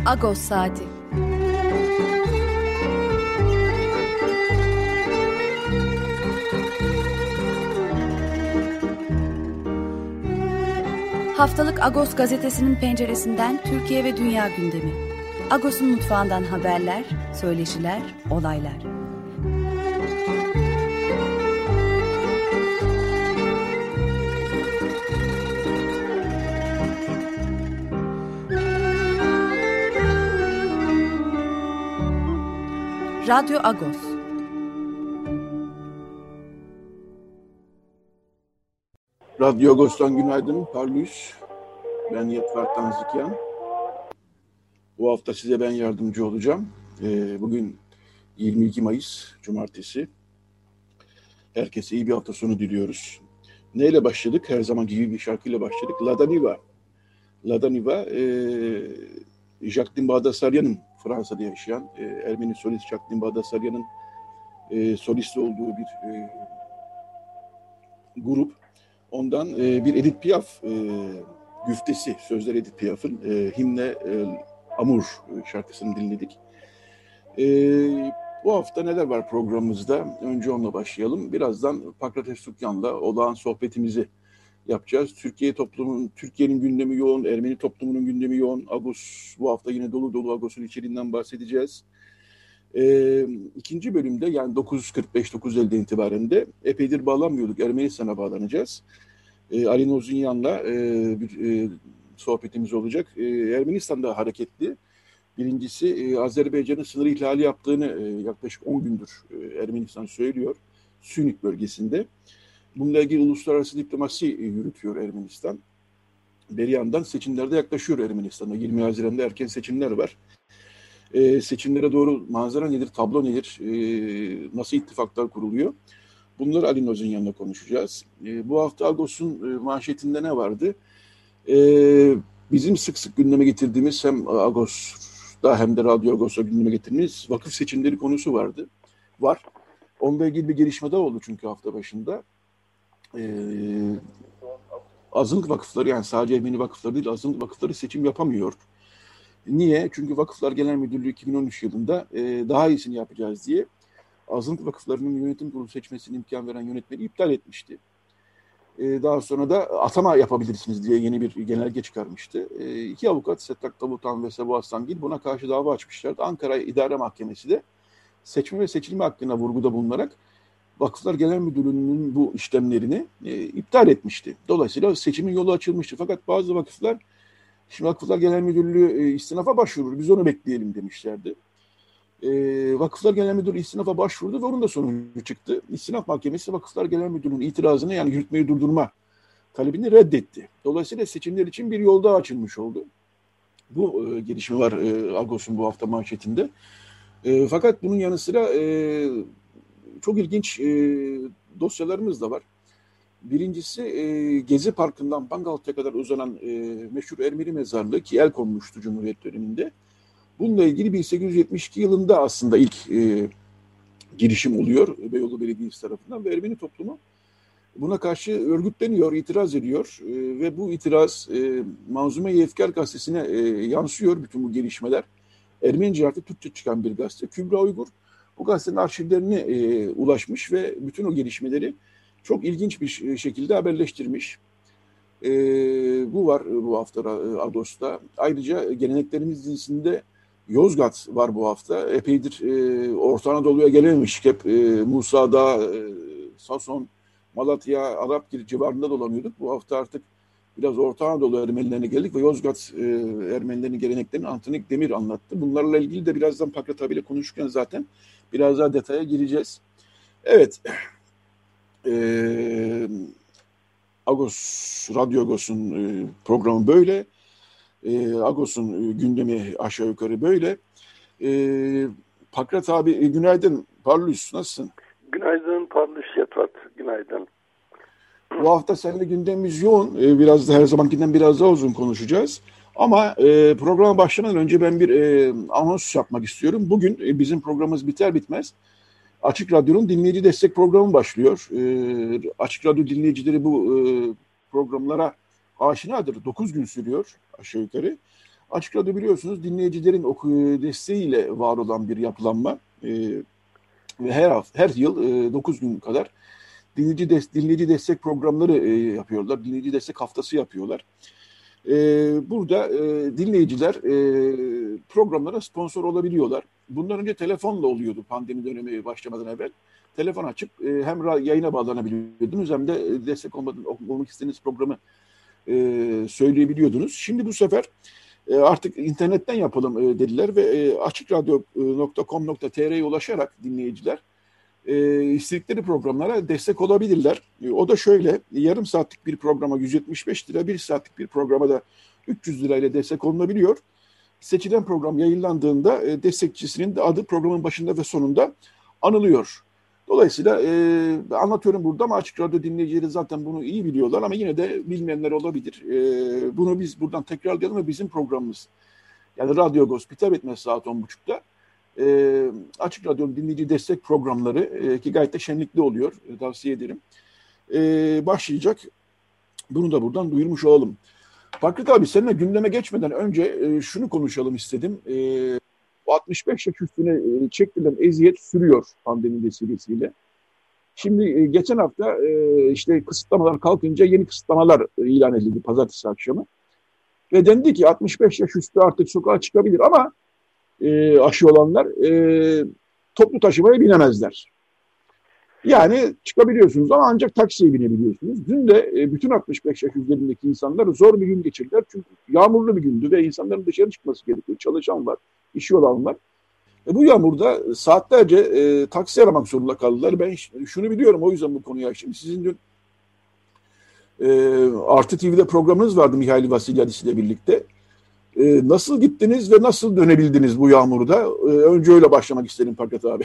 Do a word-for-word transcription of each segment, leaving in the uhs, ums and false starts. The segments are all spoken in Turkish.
Agos Saati. Haftalık Agos gazetesinin penceresinden Türkiye ve dünya gündemi. Agos'un mutfağından haberler, söyleşiler, olaylar. Radyo Agos. Radyo Agos'tan günaydın. Parlus. Ben Yetvar Tanzikyan. Bu hafta size ben yardımcı olacağım. Ee, bugün yirmi iki Mayıs, Cumartesi. Herkese iyi bir hafta sonu diliyoruz. Neyle başladık? Her zaman gibi bir şarkıyla başladık. La Daniva. La Daniva, e, Jacqueline Bardasaryan'ın Fransa'da yaşayan e, Ermeni solist Jacqueline Bardasaryan'ın e, solisti olduğu bir e, grup. Ondan e, bir Edith Piaf e, güftesi, sözler Edith Piaf'ın e, Himne e, Amur şarkısını dinledik. E, bu hafta neler var programımızda? Önce onunla başlayalım. Birazdan Pakrates Tukyan'la olağan sohbetimizi yapacağız. Türkiye toplumunun, Türkiye'nin gündemi yoğun, Ermeni toplumunun gündemi yoğun. Agos bu hafta yine dolu dolu Agos'un içeriğinden bahsedeceğiz. Ee, ikinci bölümde yani dokuz kırk beş dokuz elli'den itibaren de epeydir bağlanmıyorduk. Ermenistan'a bağlanacağız. Ee, Ali Nozunyan'la e, bir e, sohbetimiz olacak. Ee, Ermenistan'da hareketli. Birincisi e, Azerbaycan'ın sınır ihlali yaptığını e, yaklaşık on gündür e, Ermenistan söylüyor. Sünik bölgesinde. Bununla ilgili uluslararası diplomasi yürütüyor Ermenistan. Bir yandan seçimlerde yaklaşıyor Ermenistan'a. yirmi Haziran'da erken seçimler var. Ee, seçimlere doğru manzara nedir, tablo nedir, ee, nasıl ittifaklar kuruluyor? Bunları Ali Nozunyan'la konuşacağız. Ee, bu hafta Agos'un e, manşetinde ne vardı? Ee, bizim sık sık gündeme getirdiğimiz hem Agos'da hem de Radyo Agos'ta gündeme getirdiğimiz vakıf seçimleri konusu vardı. Var. Onunla ilgili bir gelişme daha oldu çünkü hafta başında. Ee, azınlık vakıfları yani sadece Ermeni vakıfları değil azınlık vakıfları seçim yapamıyor. Niye? Çünkü Vakıflar Genel Müdürlüğü iki bin on üç yılında e, daha iyisini yapacağız diye azınlık vakıflarının yönetim kurulu seçmesine imkan veren yönetmeni iptal etmişti. E, daha sonra da atama yapabilirsiniz diye yeni bir genelge çıkarmıştı. E, iki avukat Settak Tabutan ve Sebu Aslangil buna karşı dava açmışlardı. Ankara İdare Mahkemesi de seçme ve seçilme hakkına vurguda bulunarak Vakıflar Genel Müdürlüğü'nün bu işlemlerini e, iptal etmişti. Dolayısıyla seçimin yolu açılmıştı. Fakat bazı vakıflar, şimdi Vakıflar Genel Müdürlüğü e, istinafa başvurur, biz onu bekleyelim demişlerdi. E, Vakıflar Genel Müdürlüğü istinafa başvurdu ve onun da sonucu çıktı. İstinaf Mahkemesi Vakıflar Genel Müdürlüğü'nün itirazını yani yürütmeyi durdurma talebini reddetti. Dolayısıyla seçimler için bir yol daha açılmış oldu. Bu e, gelişme var e, Agos'un bu hafta manşetinde. E, fakat bunun yanı sıra e, çok ilginç e, dosyalarımız da var. Birincisi e, Gezi Parkı'ndan Bangaltı'ya kadar uzanan e, meşhur Ermeni mezarlığı ki el konmuştu Cumhuriyet döneminde. Bununla ilgili bin sekiz yüz yetmiş iki yılında aslında ilk e, girişim oluyor Beyoğlu Belediyesi tarafından ve Ermeni toplumu buna karşı örgütleniyor, itiraz ediyor e, ve bu itiraz e, Manzume-i Efkar gazetesine e, yansıyor bütün bu gelişmeler. Ermenice artık Türkçe çıkan bir gazete. Kübra Uygur bu gazetenin arşivlerine e, ulaşmış ve bütün o gelişmeleri çok ilginç bir şekilde haberleştirmiş. E, bu var bu hafta Agos'ta. Ayrıca geleneklerimiz dizisinde Yozgat var bu hafta. Epeydir e, Orta Anadolu'ya gelememiş. Hep e, Musa Dağı, e, Sason, Malatya, Arapgir civarında dolanıyorduk. Bu hafta artık biraz Orta Anadolu Ermenilerine geldik ve Yozgat e, Ermenilerinin geleneklerini Antonik Demir anlattı. Bunlarla ilgili de birazdan Pakrat abiyle konuşurken zaten biraz daha detaya gireceğiz. Evet. Ee, Agos, Radyo Agos'un e, programı böyle. E, Agos'un e, gündemi aşağı yukarı böyle. E, Pakrat abi e, günaydın. Parlus nasılsın? Günaydın Parlus Yetvat. Günaydın. Bu hafta seninle gündemimiz yoğun. E, biraz da her zamankinden biraz daha uzun konuşacağız. Ama e, programa başlamadan önce ben bir e, anons yapmak istiyorum. Bugün e, bizim programımız biter bitmez Açık Radyo'nun dinleyici destek programı başlıyor. E, Açık Radyo dinleyicileri bu e, programlara aşinadır. dokuz gün sürüyor aşağı yukarı. Açık Radyo biliyorsunuz dinleyicilerin oku- desteğiyle var olan bir yapılanma. E, ve her hafta, her yıl e, dokuz gün kadar dinleyici, des- dinleyici destek programları e, yapıyorlar. Dinleyici destek haftası yapıyorlar. E, burada e, dinleyiciler e, programlara sponsor olabiliyorlar. Bundan önce telefonla oluyordu pandemi dönemi başlamadan evvel. Telefon açıp e, hem ra- yayına bağlanabiliyordunuz hem de e, destek olmadan, olmak istediğiniz programı e, söyleyebiliyordunuz. Şimdi bu sefer e, artık internetten yapalım e, dediler ve e, açıkradyo nokta com nokta tr'ye ulaşarak dinleyiciler e, istedikleri programlara destek olabilirler. E, o da şöyle, yarım saatlik bir programa yüz yetmiş beş lira, bir saatlik bir programa da üç yüz lirayla destek olunabiliyor. Seçilen program yayınlandığında e, destekçisinin de adı programın başında ve sonunda anılıyor. Dolayısıyla e, anlatıyorum burada ama Açık Radyo dinleyicileri zaten bunu iyi biliyorlar ama yine de bilmeyenler olabilir. E, bunu biz buradan tekrarlayalım ve bizim programımız, yani Radyo Agos biter bitmez saat on buçukta e, Açık Radyo dinleyici destek programları e, ki gayet de şenlikli oluyor, e, tavsiye ederim. E, başlayacak. Bunu da buradan duyurmuş olalım. Fakret abi, seninle gündeme geçmeden önce e, şunu konuşalım istedim. E, altmış beş yaş üstüne e, çekilen eziyet sürüyor pandemi vesilesiyle. Şimdi e, geçen hafta e, işte kısıtlamalar kalkınca yeni kısıtlamalar e, ilan edildi pazartesi akşamı. Ve dendi ki altmış beş yaş üstü artık sokağa çıkabilir ama e, aşı olanlar e, toplu taşımaya binemezler. Yani çıkabiliyorsunuz ama ancak taksiye binebiliyorsunuz. Dün de e, bütün altmış beş yaş üzerindeki insanlar zor bir gün geçirdiler. Çünkü yağmurlu bir gündü ve insanların dışarı çıkması gerekiyor. Çalışan var, işi olan var. E, bu yağmurda saatlerce e, taksi aramak zorunda kaldılar. Ben şunu biliyorum, o yüzden bu konuyu açtım. Sizin dün e, Artı T V'de programınız vardı Mihail Vasilyadis ile birlikte. E, nasıl gittiniz ve nasıl dönebildiniz bu yağmurda? E, önce öyle başlamak isterim Fakret abi.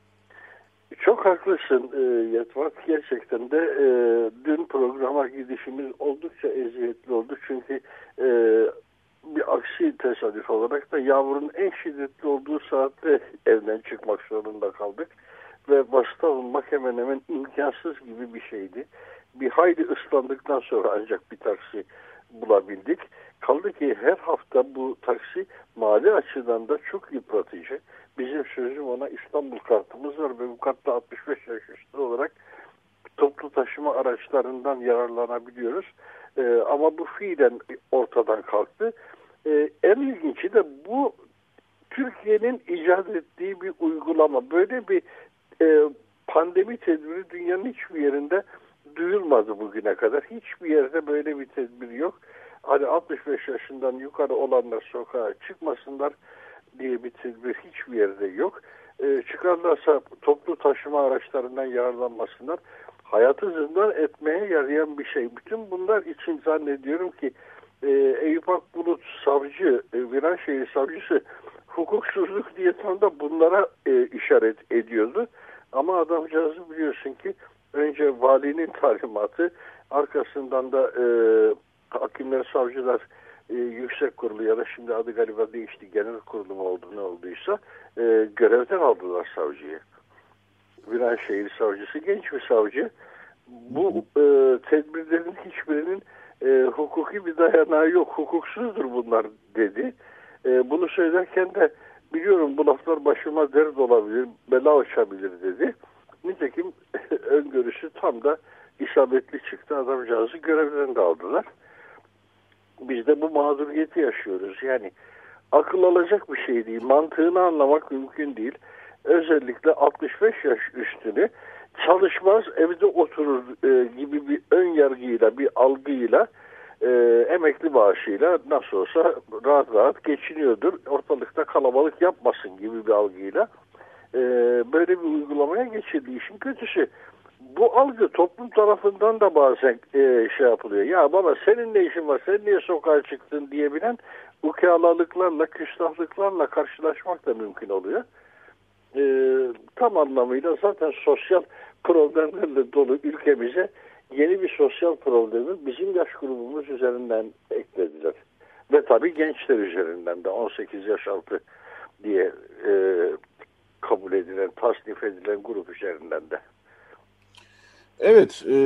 Çok haklısın e, Yetvat. Gerçekten de e, dün programa gidişimiz oldukça eziyetli oldu. Çünkü e, bir aksi tesadüf olarak da yağmurun en şiddetli olduğu saatte evden çıkmak zorunda kaldık. Ve başta olmak hemen hemen imkansız gibi bir şeydi. Bir hayli ıslandıktan sonra ancak bir taksi bulabildik. Kaldı ki her hafta bu taksi mali açıdan da çok yıpratıcı. Bizim sözüm ona İstanbul kartımız var ve bu kartla altmış beş yaş üstü olarak toplu taşıma araçlarından yararlanabiliyoruz. Ee, ama bu fiilen ortadan kalktı. Ee, en ilginci de bu Türkiye'nin icat ettiği bir uygulama. Böyle bir e, pandemi tedbiri dünyanın hiçbir yerinde duyulmadı bugüne kadar. Hiçbir yerde böyle bir tedbir yok. Hani altmış beş yaşından yukarı olanlar sokağa çıkmasınlar diye bir tedbir hiçbir yerde yok. E, çıkarlarsa toplu taşıma araçlarından yararlanmasınlar. Hayatı zindan etmeye yarayan bir şey. Bütün bunlar için zannediyorum ki e, Eyüp Akbulut savcı, e, Viranşehir savcısı hukuksuzluk diye tam da bunlara e, işaret ediyordu. Ama adamcağızı biliyorsun ki önce valinin talimatı, arkasından da e, hakimler, savcılar e, yüksek kurulu ya da şimdi adı galiba değişti, genel kurulu mu oldu ne olduysa e, görevden aldılar savcıyı. Viranşehir savcısı genç bir savcı. Bu e, tedbirlerin hiçbirinin e, hukuki bir dayanağı yok. Hukuksuzdur bunlar dedi. E, bunu söylerken de biliyorum bu laflar başıma dert olabilir, bela açabilir dedi. Nitekim öngörüsü tam da isabetli çıktı. Adamcağızı görevden de aldılar. Biz de bu mağduriyeti yaşıyoruz. Yani akıl alacak bir şey değil. Mantığını anlamak mümkün değil. Özellikle altmış beş yaş üstünü çalışmaz, evde oturur e, gibi bir ön yargıyla, bir algıyla, e, emekli maaşıyla nasıl olsa rahat rahat geçiniyordur. Ortalıkta kalabalık yapmasın gibi bir algıyla e, böyle bir uygulamaya geçildi. İşin kötüsü, bu algı toplum tarafından da bazen e, şey yapılıyor. Ya baba senin ne işin var, sen niye sokağa çıktın diyebilen ukalalıklarla, küstahlıklarla karşılaşmak da mümkün oluyor. E, tam anlamıyla zaten sosyal problemlerle dolu ülkemize yeni bir sosyal problemi bizim yaş grubumuz üzerinden eklediler. Ve tabii gençler üzerinden de on sekiz yaş altı diye e, kabul edilen, tasnif edilen grup üzerinden de. Evet, e,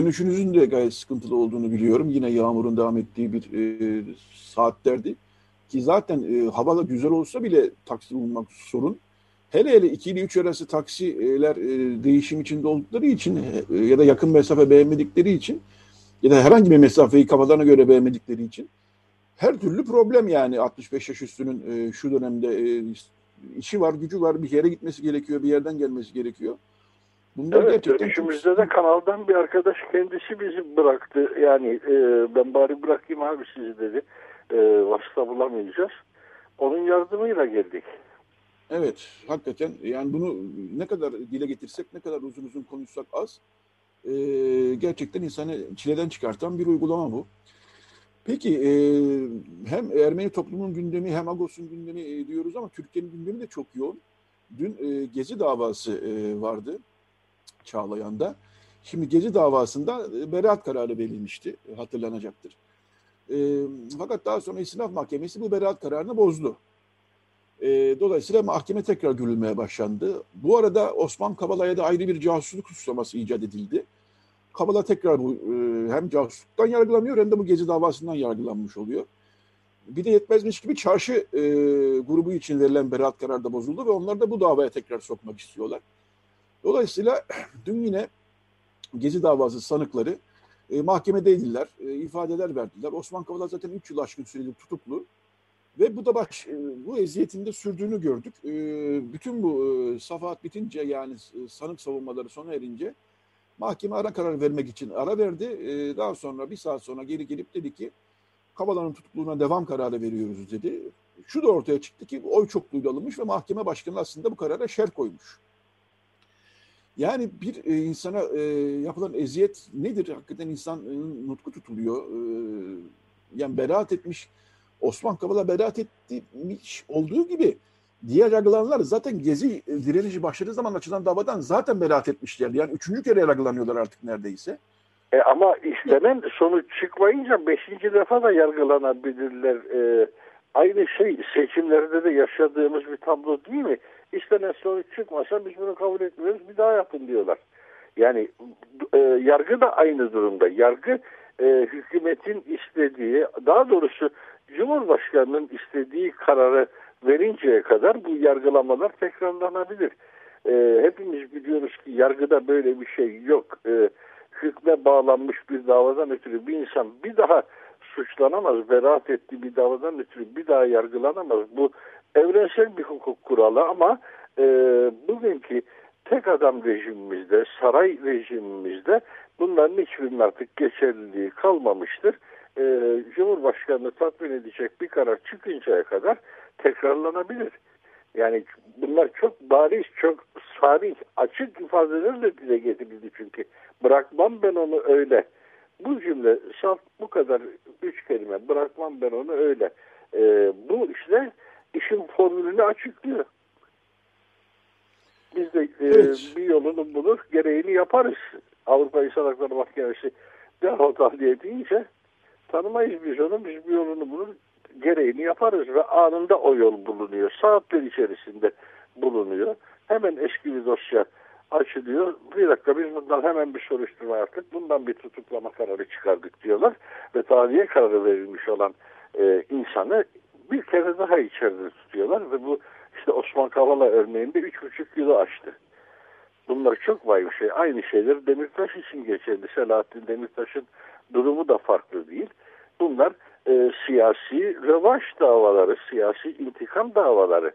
dönüşünüzün de gayet sıkıntılı olduğunu biliyorum. Yine yağmurun devam ettiği bir e, saatlerdi. ki zaten e, havalı güzel olsa bile taksi bulmak sorun. Hele hele iki ile üç arası taksiler e, değişim içinde oldukları için e, ya da yakın mesafe beğenmedikleri için ya da herhangi bir mesafeyi kafalarına göre beğenmedikleri için her türlü problem yani altmış beş yaş üstünün e, şu dönemde e, işi var, gücü var, bir yere gitmesi gerekiyor, bir yerden gelmesi gerekiyor. Bunlar evet, gerçekten dönüşümüzde çok... de kanaldan bir arkadaş kendisi bizi bıraktı. Yani e, ben bari bırakayım abi sizi dedi. E, vasıta bulamayacağız. Onun yardımıyla geldik. Evet, hakikaten yani bunu ne kadar dile getirsek, ne kadar uzun uzun konuşsak az. E, gerçekten insanı çileden çıkartan bir uygulama bu. Peki e, hem Ermeni toplumunun gündemi hem Agos'un gündemi e, diyoruz ama Türkiye'nin gündemi de çok yoğun. Dün e, Gezi davası e, vardı Çağlayan'da. Şimdi Gezi davasında e, beraat kararı verilmişti, e, hatırlanacaktır. E, fakat daha sonra İstinaf Mahkemesi bu beraat kararını bozdu. E, dolayısıyla mahkeme tekrar görülmeye başlandı. Bu arada Osman Kavala'ya da ayrı bir casusluk suçlaması icat edildi. Kavala tekrar bu e, hem casusluktan yargılanıyor hem de bu Gezi davasından yargılanmış oluyor. Bir de yetmezmiş gibi çarşı e, grubu için verilen beraat kararı da bozuldu ve onlar da bu davaya tekrar sokmak istiyorlar. Dolayısıyla dün yine Gezi davası sanıkları e, mahkemedeydiler, e, ifadeler verdiler. Osman Kavala zaten üç yıl aşkın süredir tutuklu ve bu da baş, e, bu eziyetin de sürdüğünü gördük. E, bütün bu e, safahat bitince yani e, sanık savunmaları sona erince mahkeme ara karar vermek için ara verdi. E, daha sonra bir saat sonra geri gelip dedi ki Kavala'nın tutukluğuna devam kararı veriyoruz dedi. Şu da ortaya çıktı ki oy çokluğuyla alınmış ve mahkeme başkanı aslında bu karara şer koymuş. Yani bir e, insana e, yapılan eziyet nedir? Hakikaten insanın nutku tutuluyor. E, yani beraat etmiş, Osman Kavala beraat etmiş olduğu gibi diğer yargılananlar zaten Gezi direnişi başladığı zaman açılan davadan zaten beraat etmişlerdi. Yani üçüncü kere yargılanıyorlar artık neredeyse. E ama istenen sonuç çıkmayınca beşinci defa da yargılanabilirler. E, aynı şey seçimlerde de yaşadığımız bir tablo değil mi? İstenen sonuç çıkmasa biz bunu kabul etmiyoruz, bir daha yapın diyorlar. Yani e, yargı da aynı durumda. Yargı e, hükümetin istediği, daha doğrusu Cumhurbaşkanı'nın istediği kararı verinceye kadar bu yargılamalar tekrarlanabilir. E, hepimiz biliyoruz ki yargıda böyle bir şey yok. E, hükme bağlanmış bir davadan ötürü bir insan bir daha suçlanamaz, beraat ettiği bir davadan ötürü bir daha yargılanamaz. Bu evrensel bir hukuk kuralı ama e, bugünkü tek adam rejimimizde, saray rejimimizde bunların hiçbirinin artık geçerliliği kalmamıştır. E, Cumhurbaşkanı'nı tatmin edecek bir karar çıkıncaya kadar tekrarlanabilir. Yani bunlar çok bariz, çok sarih, açık ifadelerle dile getirildi çünkü. Bırakmam ben onu öyle. Bu cümle salt bu kadar üç kelime. Bırakmam ben onu öyle. Ee, bu işte işin formülünü açıklıyor. Biz de e, Evet. bir yolunu bulur, gereğini yaparız. Avrupa İnsan Hakları Mahkemesi derhal tahliye deyince tanımayız biz onu, biz bir yolunu bulur, gereğini yaparız ve anında o yol bulunuyor. Saatler içerisinde bulunuyor. Hemen eski bir dosya açılıyor. Bir dakika biz bundan hemen bir soruşturma yaptık. Bundan bir tutuklama kararı çıkardık diyorlar. Ve tahliye kararı verilmiş olan e, insanı bir kere daha içeride tutuyorlar. Ve bu işte Osman Kavala örneğinde üç buçuk yılı aştı. Bunlar çok vay bir şey. Aynı şeyler Demirtaş için geçerli. Selahattin Demirtaş'ın durumu da farklı değil. Bunlar e, siyasi rövanş davaları, siyasi intikam davaları.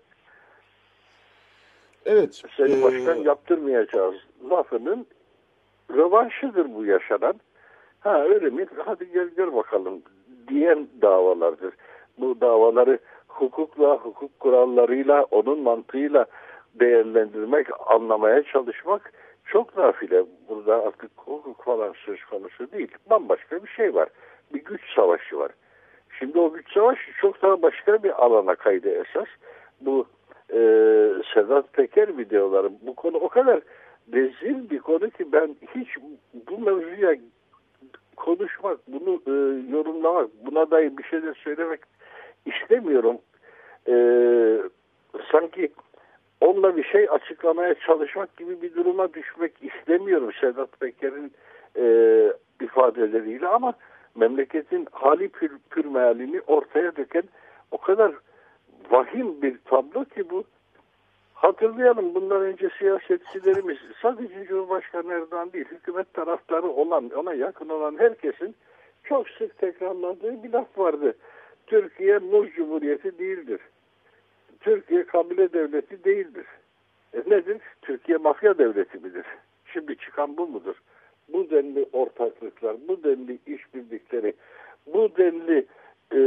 Evet. Sayın Ee... Başkan yaptırmayacağız lafının rövanşıdır bu yaşanan. Ha öyle mi? Hadi gel gör bakalım diyen davalardır. Bu davaları hukukla, hukuk kurallarıyla, onun mantığıyla değerlendirmek, anlamaya çalışmak çok nafile. Burada artık hukuk falan söz konusu değil. Bambaşka bir şey var. Bir güç savaşı var. Şimdi o güç savaşı çok daha başka bir alana kaydı esas. Bu e, Sedat Peker videoları. Bu konu o kadar rezil bir konu ki ben hiç bu mevzuya konuşmak, bunu e, yorumlamak, buna dair bir şeyler söylemek istemiyorum. E, sanki onunla bir şey açıklamaya çalışmak gibi bir duruma düşmek istemiyorum Sedat Peker'in e, ifadeleriyle ama memleketin hali pür, pür mealini ortaya döken O kadar vahim bir tablo ki bu. Hatırlayalım, bundan önce siyasetçilerimiz, sadece Cumhurbaşkanı Erdoğan değil, hükümet taraftarı olan, ona yakın olan herkesin çok sık tekrarladığı bir laf vardı. Türkiye Muz Cumhuriyeti değildir. Türkiye kabile devleti değildir. E nedir? Türkiye mafya devleti midir? Şimdi çıkan bu mudur? Bu denli ortaklıklar, bu denli işbirlikleri, bu denli e,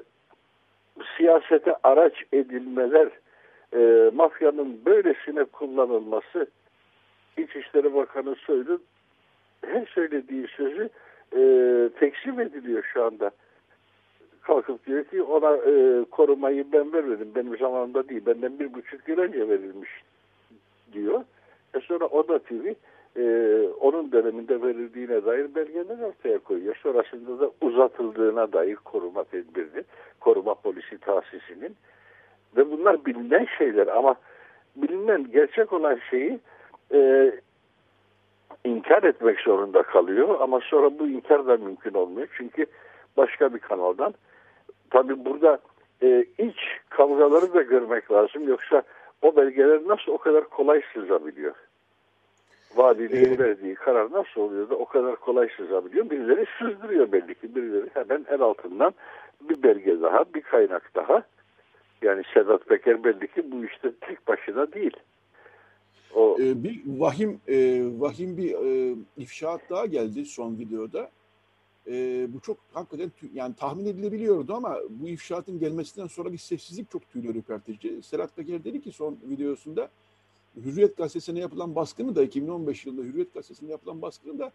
siyasete araç edilmeler, e, mafyanın böylesine kullanılması, İçişleri Bakanı söyledi, her söylediği sözü e, tekzip ediliyor şu anda. Kalkıp diyor ki ona e, korumayı ben vermedim, benim zamanımda değil, benden bir buçuk yıl önce verilmiş diyor. E sonra Oda T V e, onun döneminde verildiğine dair belgeler ortaya koyuyor. Sonrasında da uzatıldığına dair koruma tedbiri, koruma polisi tahsisinin ve bunlar bilinen şeyler ama bilinen gerçek olan şeyi e, inkar etmek zorunda kalıyor ama sonra bu inkar da mümkün olmuyor. Çünkü başka bir kanaldan tabii burada e, iç kavgaları da görmek lazım. Yoksa o belgeler nasıl o kadar kolay sızabiliyor? Valiliğin verdiği karar nasıl oluyor da o kadar kolay sızabiliyor? Birileri sızdırıyor belli ki. Birileri hemen el altından bir belge daha, bir kaynak daha. Yani Sedat Peker belli ki bu işte tek başına değil. O... Ee, bir vahim e, vahim bir e, ifşaat daha geldi son videoda. E, bu çok hakikaten yani tahmin edilebiliyordu ama bu ifşaatın gelmesinden sonra bir sessizlik çok tüylü ürpertici. Sedat Peker dedi ki son videosunda Hürriyet Gazetesi'ne yapılan baskını da iki bin on beş yılında Hürriyet Gazetesi'ne yapılan baskını da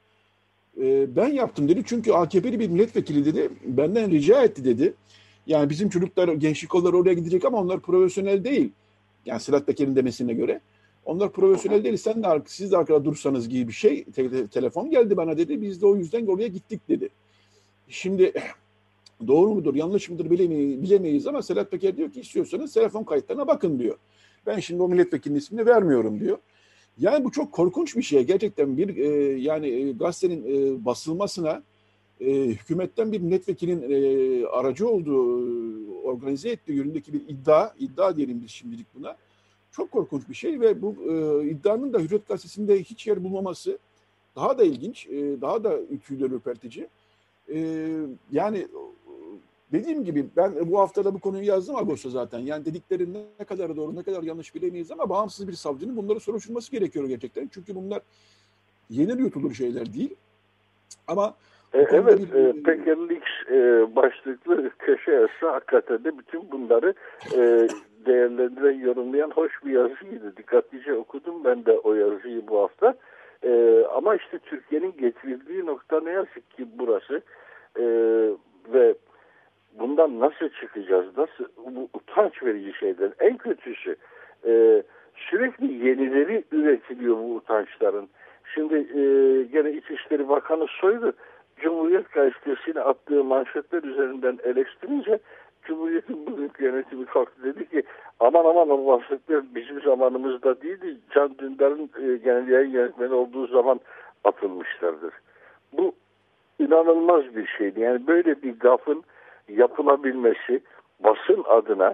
e, ben yaptım dedi. Çünkü A K P'li bir milletvekili dedi. Benden rica etti dedi. Yani bizim çocuklar, gençlik kolları oraya gidecek ama onlar profesyonel değil. Yani Sedat Peker'in demesine göre. Onlar profesyonel değil. Sen de siz de arkada dursanız gibi bir şey. Te- telefon geldi bana dedi. Biz de o yüzden oraya gittik dedi. Şimdi doğru mudur, yanlış mıdır bilemeyiz, bilemeyiz ama Sedat Peker diyor ki istiyorsanız telefon kayıtlarına bakın diyor. Ben şimdi o milletvekilinin ismini vermiyorum diyor. Yani bu çok korkunç bir şey. Gerçekten bir e, yani e, gazetenin e, basılmasına e, hükümetten bir milletvekilinin e, aracı olduğu, organize ettiği yönündeki bir iddia, iddia diyelim biz şimdilik buna. Çok korkunç bir şey ve bu e, iddianın da Hürriyet Gazetesi'nde hiç yer bulmaması daha da ilginç, e, daha da tüyleri ürpertici. E, yani dediğim gibi ben bu haftada bu konuyu yazdım Ağustos'ta zaten. Yani dedikleri ne kadar doğru, ne kadar yanlış bilemeyiz ama bağımsız bir savcının bunları soruşturması gerekiyor gerçekten. Çünkü bunlar yenir yutulur şeyler değil. Ama e, evet, bir, e, Pekerlik e, başlıklı köşe yazısı hakikaten de bütün bunları e, değerlendiren, yorumlayan hoş bir yazıydı. Dikkatlice okudum ben de o yazıyı bu hafta. E, ama işte Türkiye'nin getirildiği nokta ne yazık ki burası. E, ve bundan nasıl çıkacağız? Nasıl? Bu utanç verici şeyler. En kötüsü e, sürekli yenileri üretiliyor bu utançların. Şimdi e, gene İçişleri Bakanı Soylu Cumhuriyet Gazetesi'ne attığı manşetler üzerinden eleştirince Cumhuriyet'in bugünkü yönetimi kalktı dedi ki aman aman o manşetler bizim zamanımızda değildi. Can Dündar'ın e, genel yayın yönetmeni olduğu zaman atılmışlardır. Bu inanılmaz bir şeydi. Yani böyle bir gafın yapılabilmesi basın adına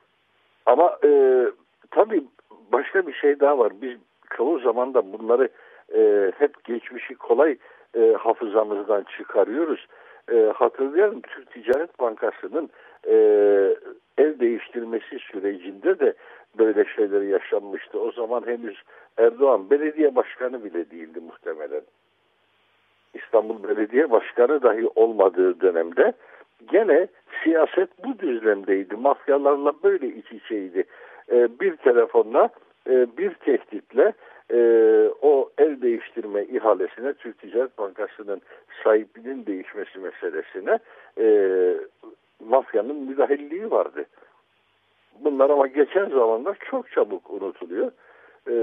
ama e, tabii başka bir şey daha var. Biz çoğu zaman da bunları e, hep geçmişi kolay e, hafızamızdan çıkarıyoruz. E, hatırlayalım Türk Ticaret Bankası'nın e, el değiştirmesi sürecinde de böyle şeyleri yaşanmıştı. O zaman henüz Erdoğan belediye başkanı bile değildi muhtemelen. İstanbul Belediye Başkanı dahi olmadığı dönemde gene siyaset bu düzlemdeydi. Mafyalarla böyle iç içeydi. Ee, bir telefonla, e, bir tehditle e, o el değiştirme ihalesine, Türk Ticaret Bankası'nın sahibinin değişmesi meselesine e, mafyanın müdahaleliği vardı. Bunlar ama geçen zamanlar çok çabuk unutuluyor. E,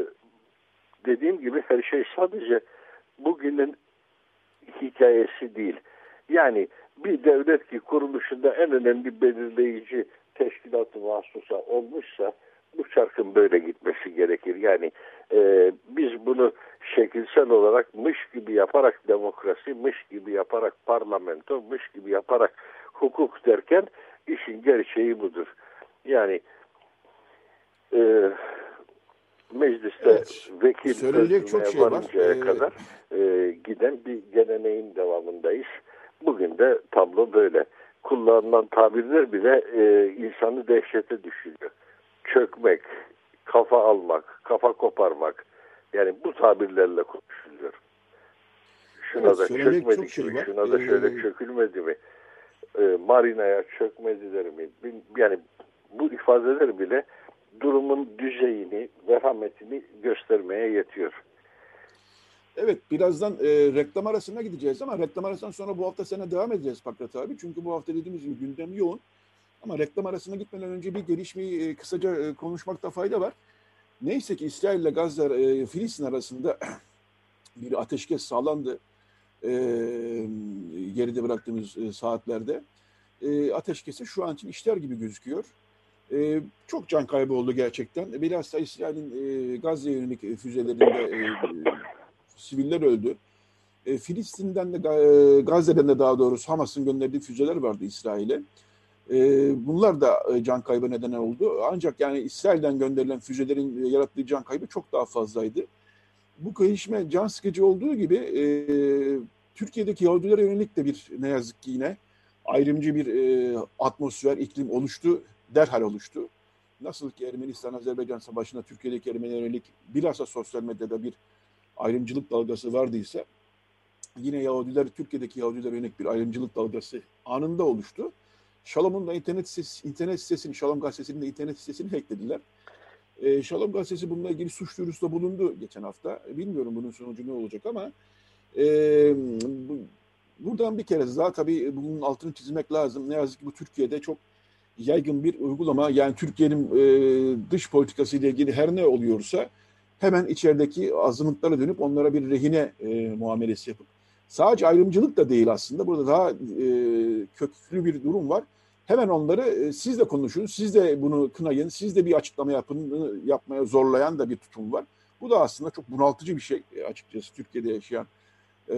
dediğim gibi her şey sadece bugünün hikayesi değil. Yani bir devlet ki kuruluşunda en önemli belirleyici teşkilatı mahsusa olmuşsa bu çarkın böyle gitmesi gerekir. Yani e, biz bunu şekilsel olarak mış gibi yaparak demokrasi, mış gibi yaparak parlamento, mış gibi yaparak hukuk derken işin gerçeği budur. Yani e, mecliste evet, vekil söyleyecek çok öldürmeye şey var. varıncaya Ee, kadar e, giden bir geleneğin devamındayız. Bugün de tablo böyle. Kullanılan tabirler bile e, insanı dehşete düşürüyor. Çökmek, kafa almak, kafa koparmak. Yani bu tabirlerle konuşuluyor. Şuna evet, da söylenecek çok çökmedik şey mi? var. Şuna da şöyle Ee, çökülmedi mi? E, marinaya çökmediler mi? Yani bu ifadeler bile durumun düzeyini, vehametini göstermeye yetiyor. Evet, birazdan e, reklam arasına gideceğiz ama reklam arasından sonra bu hafta sene devam edeceğiz Pakrat abi. Çünkü bu hafta dediğimiz gibi gündem yoğun. Ama reklam arasına gitmeden önce bir gelişmeyi e, kısaca e, konuşmakta fayda var. Neyse ki İsrail ile Gazze, e, Filistin arasında bir ateşkes sağlandı. E, geride bıraktığımız e, saatlerde. E, ateşkesi şu an için işler gibi gözüküyor. E, çok can kaybı oldu gerçekten. Bilhassa İsrail'in e, Gazze'ye yönelik füzelerinde e, siviller öldü. E, Filistin'den de e, Gazze'den de daha doğrusu Hamas'ın gönderdiği füzeler vardı İsrail'e. E, bunlar da e, can kaybı neden oldu. Ancak yani İsrail'den gönderilen füzelerin e, yarattığı can kaybı çok daha fazlaydı. Bu gelişme can sıkıcı olduğu gibi e, Türkiye'deki Yahudilere yönelik de bir ne yazık ki yine ayrımcı bir e, atmosfer, iklim oluştu, derhal oluştu. Nasıl ki Ermenistan-Azerbaycan Savaşı'nda Türkiye'deki Ermenilere yönelik bilhassa sosyal medyada bir ayrımcılık dalgası vardıysa, yine Yahudiler, Türkiye'deki Yahudilere yönelik bir ayrımcılık dalgası anında oluştu. Şalom'un da internet sitesi, internet sitesini, Şalom gazetesinin de internet sitesini hacklediler. E, Şalom gazetesi bununla ilgili suç duyurusunda bulundu geçen hafta. Bilmiyorum bunun sonucu ne olacak ama e, bu, buradan bir kere daha tabii bunun altını çizmek lazım. Ne yazık ki bu Türkiye'de çok yaygın bir uygulama. Yani Türkiye'nin e, dış politikası ile ilgili her ne oluyorsa hemen içerideki azınlıklara dönüp onlara bir rehine e, muamelesi yapıp, sadece ayrımcılık da değil aslında. Burada daha e, köklü bir durum var. Hemen onları e, siz de konuşun, siz de bunu kınayın, siz de bir açıklama yapın, yapmaya zorlayan da bir tutum var. Bu da aslında çok bunaltıcı bir şey e, açıkçası Türkiye'de yaşayan e,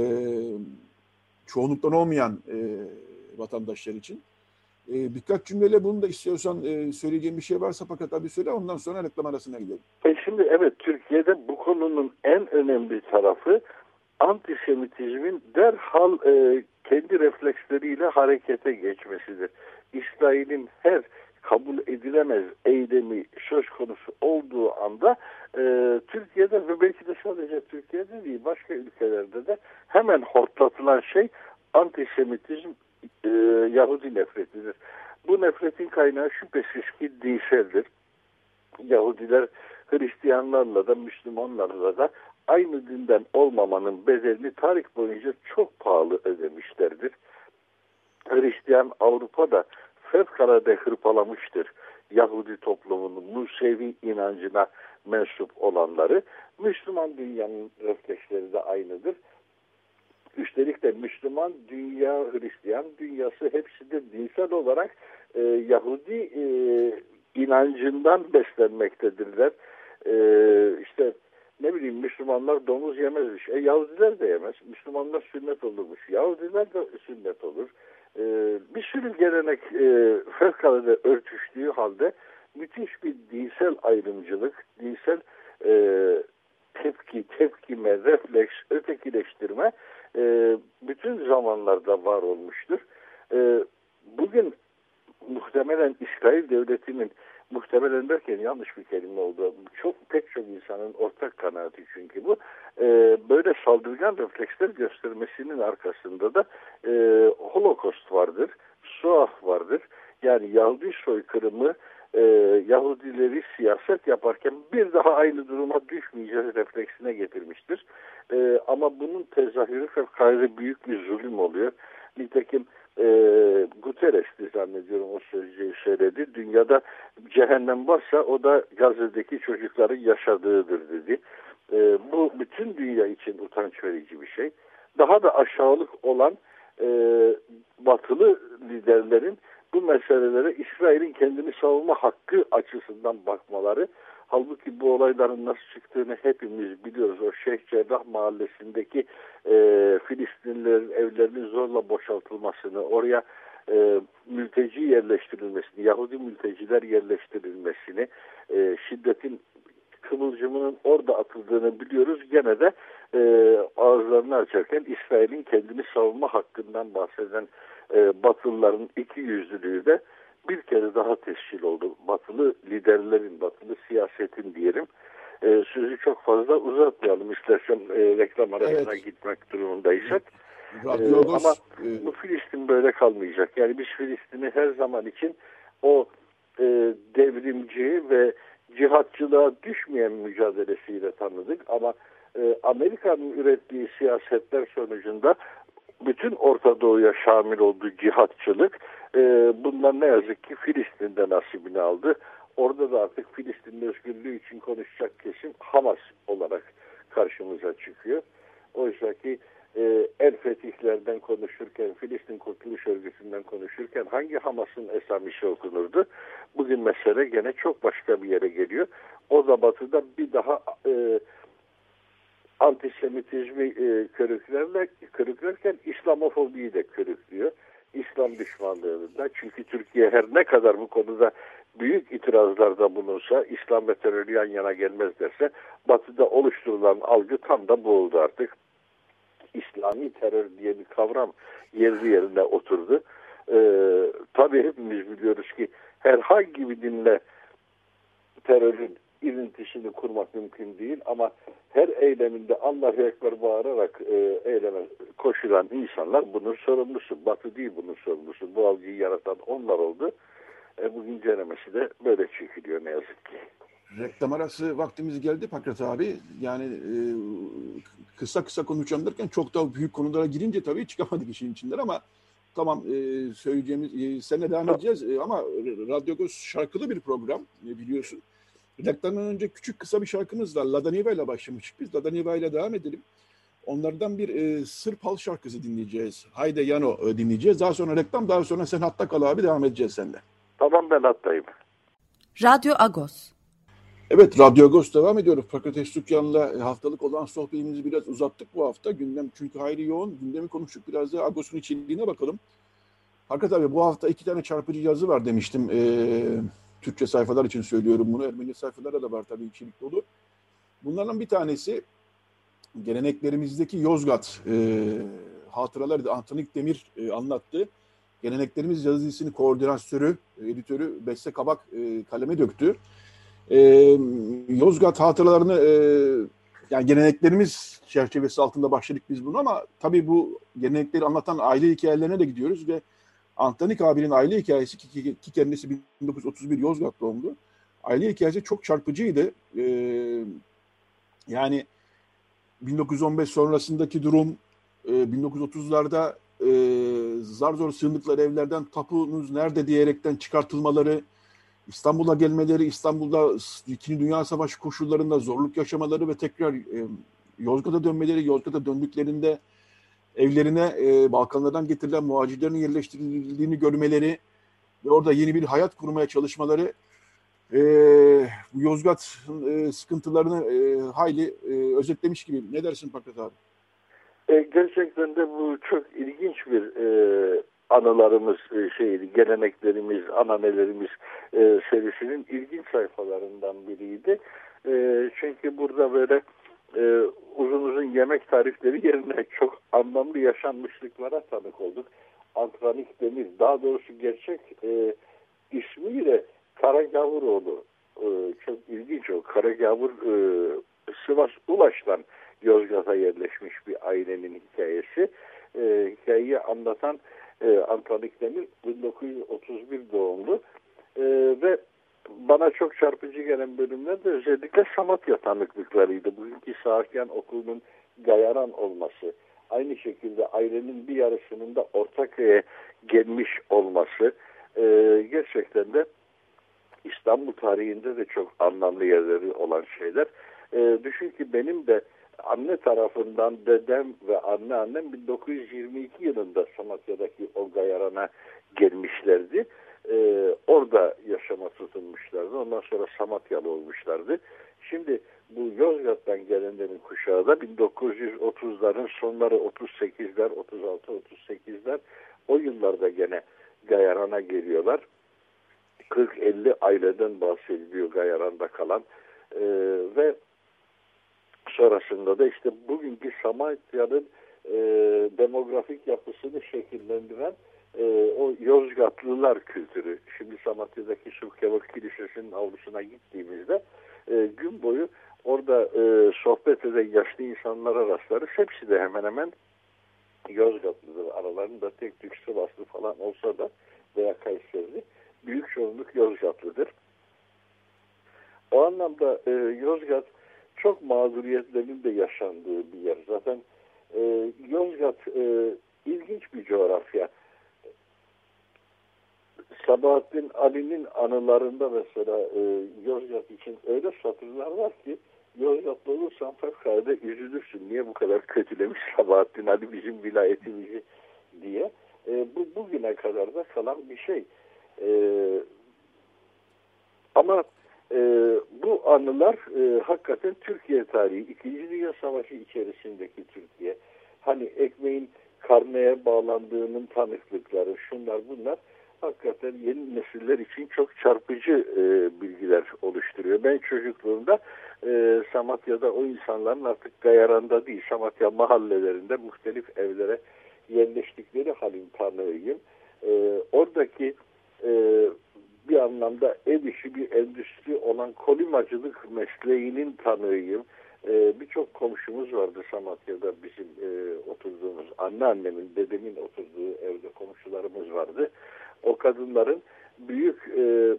çoğunluktan olmayan e, vatandaşlar için. E, birkaç cümleyle bunu da istiyorsan e, söyleyeceğim bir şey varsa fakat abi söyle, ondan sonra reklam arasına gidelim. E şimdi evet, Türkiye'de bu konunun en önemli tarafı antisemitizmin derhal e, kendi refleksleriyle harekete geçmesidir. İsrail'in her kabul edilemez eylemi söz konusu olduğu anda e, Türkiye'de ve belki de sadece Türkiye'de değil başka ülkelerde de hemen hortlatılan şey antisemitizm, e, Yahudi nefretidir. Bu nefretin kaynağı şüphesiz ki dinseldir. Yahudiler Hristiyanlarla da Müslümanlarla da aynı dinden olmamanın bedelini tarih boyunca çok pahalı ödemişlerdir. Hristiyan Avrupa'da fevkalade hırpalamıştır Yahudi toplumunun Musevi inancına mensup olanları. Müslüman dünyanın refleksleri de aynıdır. Üstelik de Müslüman dünya, Hristiyan dünyası hepsi de dinsel olarak e, Yahudi e, inancından beslenmektedirler. E, işte ne bileyim, Müslümanlar domuz yemezmiş. E Yahudiler de yemez. Müslümanlar sünnet olurmuş. Yahudiler de sünnet olur. E, bir sürü gelenek e, fevkalade örtüştüğü halde müthiş bir dinsel ayrımcılık, dinsel e, tepki, tepkime, refleks, ötekileştirme e, bütün zamanlarda var olmuştur. E, bugün muhtemelen İsrail devletinin, muhtemelen derken yanlış bir kelime oldu, çok pek çok insanın ortak kanaati çünkü bu, e, böyle saldırgan refleksler göstermesinin arkasında da e, Holocaust vardır, Shoah vardır. Yani Yahudi soykırımı, e, Yahudileri siyaset yaparken bir daha aynı duruma düşmeyeceğiz refleksine getirmiştir. E, ama bunun tezahürü fevkalade büyük bir zulüm oluyor. Nitekim e, Guterres'ti zannediyorum o sözcüğü söyledi. Dünyada cehennem varsa o da Gazze'deki çocukların yaşadığıdır dedi. E, bu bütün dünya için utanç verici bir şey. Daha da aşağılık olan e, batılı liderlerin bu meselelere İsrail'in kendini savunma hakkı açısından bakmaları. Halbuki bu olayların nasıl çıktığını hepimiz biliyoruz. O Şeyh Cerrah mahallesindeki e, Filistinlilerin evlerinin zorla boşaltılmasını, oraya e, mülteci yerleştirilmesini, Yahudi mülteciler yerleştirilmesini, e, şiddetin kıvılcımının orada atıldığını biliyoruz. Gene de e, ağızlarını açarken İsrail'in kendini savunma hakkından bahseden e, Batılıların iki yüzlülüğü de bir kere daha tescil oldu. Batılı liderlerin, batılı siyasetin diyelim. E, sözü çok fazla uzatmayalım istersen e, reklam arasına evet. gitmek durumundaysak. Radyo e, ama e... bu Filistin böyle kalmayacak. Yani biz Filistin'i her zaman için o e, devrimci ve cihatçılığa düşmeyen mücadelesiyle tanıdık. Ama e, Amerika'nın ürettiği siyasetler sonucunda bütün Orta Doğu'ya şamil olduğu cihatçılık e, bundan ne yazık ki Filistin'de nasibini aldı. Orada da artık Filistin'in özgürlüğü için konuşacak kesim Hamas olarak karşımıza çıkıyor. Oysa ki e, El Fetihlerden konuşurken, Filistin Kurtuluş Örgütü'nden konuşurken hangi Hamas'ın esamisi okunurdu? Bugün mesele gene çok başka bir yere geliyor. O da Batı'da bir daha e, antisemitizmi e, körüklerle, körüklerken İslamofobiyi de körüklüyor. İslam düşmanlığını da. Çünkü Türkiye her ne kadar bu konuda büyük itirazlarda bulunsa, İslam ve terörü yan yana gelmez derse, Batı'da oluşturulan algı tam da bu oldu artık. İslami terör diye bir kavram yerli yerine oturdu. Ee, tabii hepimiz biliyoruz ki herhangi bir dinle terörün ilintisini kurmak mümkün değil ama her eyleminde Allahu Ekber bağırarak e, eyleme koşulan insanlar bunun sorumlusu. Batı değil bunun sorumlusu. Bu algıyı yaratan onlar oldu. E, bugün cenemesi de böyle çekiliyor ne yazık ki. Reklam arası vaktimiz geldi Pakrat abi. Yani e, kısa kısa konuşacağım derken çok daha büyük konulara girince tabii çıkamadık işin içinden ama tamam e, söyleyeceğimiz e, seninle devam edeceğiz e, ama Radyo Agos şarkılı bir program e, biliyorsun. Reklamdan önce küçük kısa bir şarkımız var. La Daniva ile başlamıştık biz. La Daniva ile devam edelim. Onlardan bir e, Sırp halk şarkısı dinleyeceğiz. Hayde Yano e, dinleyeceğiz. Daha sonra reklam, daha sonra sen hatta kal abi, devam edeceğiz seninle. Tamam, ben hattayım. Radyo Agos. Evet, Radyo Agos devam ediyoruz. Fakat Estukyan'la haftalık olan sohbetimizi biraz uzattık bu hafta. Gündem çünkü hayli yoğun. Gündemi konuştuk, biraz da Agos'un içeriğine bakalım. Fakat abi bu hafta iki tane çarpıcı yazı var demiştim. Ee, Türkçe sayfalar için söylüyorum bunu. Ermeni sayfalara da var tabii, içerik dolu. Bunlardan bir tanesi geleneklerimizdeki Yozgat e, hatıraları. Antonik Demir e, anlattı. Geleneklerimiz yazısının koordinatörü, editörü Beste Kabak e, kaleme döktü. E, Yozgat hatıralarını e, yani geleneklerimiz çerçevesi altında başladık biz bunu ama tabii bu gelenekleri anlatan aile hikayelerine de gidiyoruz ve Antonik abinin aile hikayesi ki, ki, ki kendisi bin dokuz yüz otuz bir Yozgat doğumlu. Aile hikayesi çok çarpıcıydı. E, yani bin dokuz yüz on beş sonrasındaki durum, e, bin dokuz yüz otuzlarda e, zar zor sığındıkları evlerden tapunuz nerede diyerekten çıkartılmaları, İstanbul'a gelmeleri, İstanbul'da İkinci Dünya Savaşı koşullarında zorluk yaşamaları ve tekrar e, Yozgat'a dönmeleri, Yozgat'a döndüklerinde evlerine e, Balkanlardan getirilen muhacirlerin yerleştirildiğini görmeleri ve orada yeni bir hayat kurmaya çalışmaları e, Yozgat e, sıkıntılarını e, hayli e, özetlemiş gibi. Ne dersin Pakrat abi? E, gerçekten de bu çok ilginç bir e, anılarımız, e, şeydi, geleneklerimiz, ananelerimiz e, serisinin ilginç sayfalarından biriydi. E, çünkü burada böyle e, uzun uzun yemek tarifleri yerine çok anlamlı yaşanmışlıklara tanık olduk. Antonik Demir, daha doğrusu gerçek e, ismiyle Karagavuroğlu. E, çok ilginç o. Karagavur e, Sivas Ulaş'tan Yozgat'a yerleşmiş bir ailenin hikayesi. E, hikayeyi anlatan e, Antonik Demir bin dokuz yüz otuz bir doğumlu e, ve bana çok çarpıcı gelen bölümler de özellikle Samatya tanıklıklarıydı. Bugünkü Sahakyan Okulu'nun Gayaran olması, aynı şekilde ailenin bir yarısının da Ortaköy'e gelmiş olması e, gerçekten de İstanbul tarihinde de çok anlamlı yerleri olan şeyler. E, düşün ki benim de anne tarafından dedem ve anneannem bin dokuz yüz yirmi iki yılında Samatya'daki o Gayaran'a gelmişlerdi. Ee, orada yaşama tutunmuşlardı. Ondan sonra Samatyalı olmuşlardı. Şimdi bu Yozgat'tan gelenlerin kuşağı da bin dokuz yüz otuzların sonları, otuz sekizler, otuz altı otuz sekizler o yıllarda gene Gayaran'a geliyorlar. kırk elli aileden bahsediliyor Gayaran'da kalan. E, ve sonrasında da işte bugünkü Samatya'nın e, demografik yapısını şekillendiren e, o Yozgatlılar kültürü. Şimdi Samatya'daki Sulkavak Kilisesi'nin avlusuna gittiğimizde e, gün boyu orada e, sohbet eden yaşlı insanlara rastlarız. Hepsi de hemen hemen Yozgatlıdır. Aralarında tek tük Sivaslı falan olsa da veya Kayserili büyük çoğunluk Yozgatlıdır. O anlamda e, Yozgat çok mağduriyetlerin de yaşandığı bir yer. Zaten e, Yozgat e, ilginç bir coğrafya. Sabahattin Ali'nin anılarında mesela e, Yozgat için öyle satırlar var ki Yozgatlı olursan fevkalade üzülürsün. Niye bu kadar kötülemiş Sabahattin Ali bizim vilayetimizi diye. E, bu bugüne kadar da kalan bir şey. E, ama e, bu anılar e, hakikaten Türkiye tarihi, İkinci Dünya Savaşı içerisindeki Türkiye. Hani ekmeğin karneye bağlandığının tanıklıkları, şunlar bunlar hakikaten yeni nesiller için çok çarpıcı e, bilgiler oluşturuyor. Ben çocukluğumda e, Samatya'da o insanların artık Gayaran'da değil, Samatya mahallelerinde muhtelif evlere yerleştikleri halin tanığıyım. E, oradaki e, bir anlamda ev işi bir endüstri olan kolimacılık mesleğinin tanığıyım. E, Birçok komşumuz vardı Samatya'da bizim e, oturduğumuz, anneannemin, dedemin oturduğu evde komşularımız vardı. O kadınların büyük e,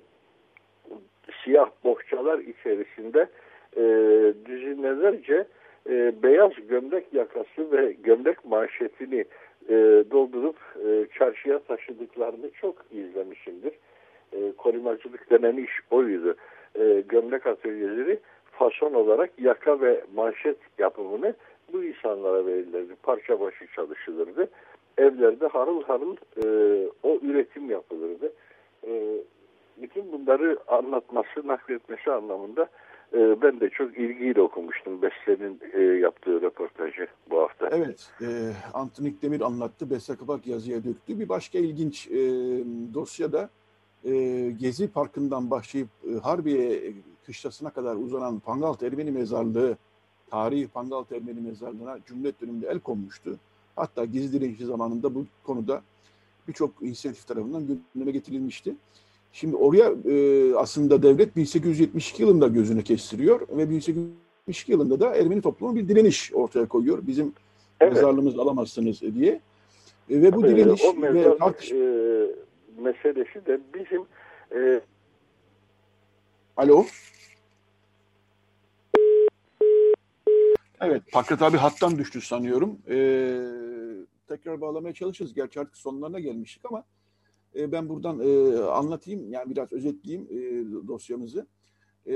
siyah bohçalar içerisinde e, düzinelerce e, beyaz gömlek yakası ve gömlek manşetini e, doldurup e, çarşıya taşıdıklarını çok izlemişimdir. E, kolimacılık denen iş oydu. E, gömlek atölyeleri fason olarak yaka ve manşet yapımını bu insanlara verilirdi. Parça başı çalışılırdı. Evlerde harıl harıl e, o üretim yapılırdı. E, bütün bunları anlatması, nakletmesi anlamında e, ben de çok ilgiyle okumuştum Besle'nin e, yaptığı röportajı bu hafta. Evet, e, Antonik Demir anlattı, Beste Kapak yazıya döktü. Bir başka ilginç e, dosyada e, Gezi Parkı'ndan başlayıp e, Harbiye kışlasına kadar uzanan Pangalt Ermeni Mezarlığı, tarihi Pangalt Ermeni Mezarlığı'na Cumhuriyet döneminde el konmuştu. Hatta Gezi direnişi zamanında bu konuda birçok inisiyatif tarafından gündeme getirilmişti. Şimdi oraya e, aslında devlet bin sekiz yüz yetmiş iki yılında gözünü kestiriyor ve bin sekiz yüz yetmiş iki yılında da Ermeni toplumu bir direniş ortaya koyuyor. Bizim evet. mezarlığımızı alamazsınız diye. E, ve bu direniş o mezarlık, ve tartış... e, meselesi de bizim e... Alo. Evet, Pakrat abi hattan düştü sanıyorum. Ee, tekrar bağlamaya çalışırız. Gerçi artık sonlarına gelmiştik ama e, ben buradan e, anlatayım, yani biraz özetleyeyim e, dosyamızı. E,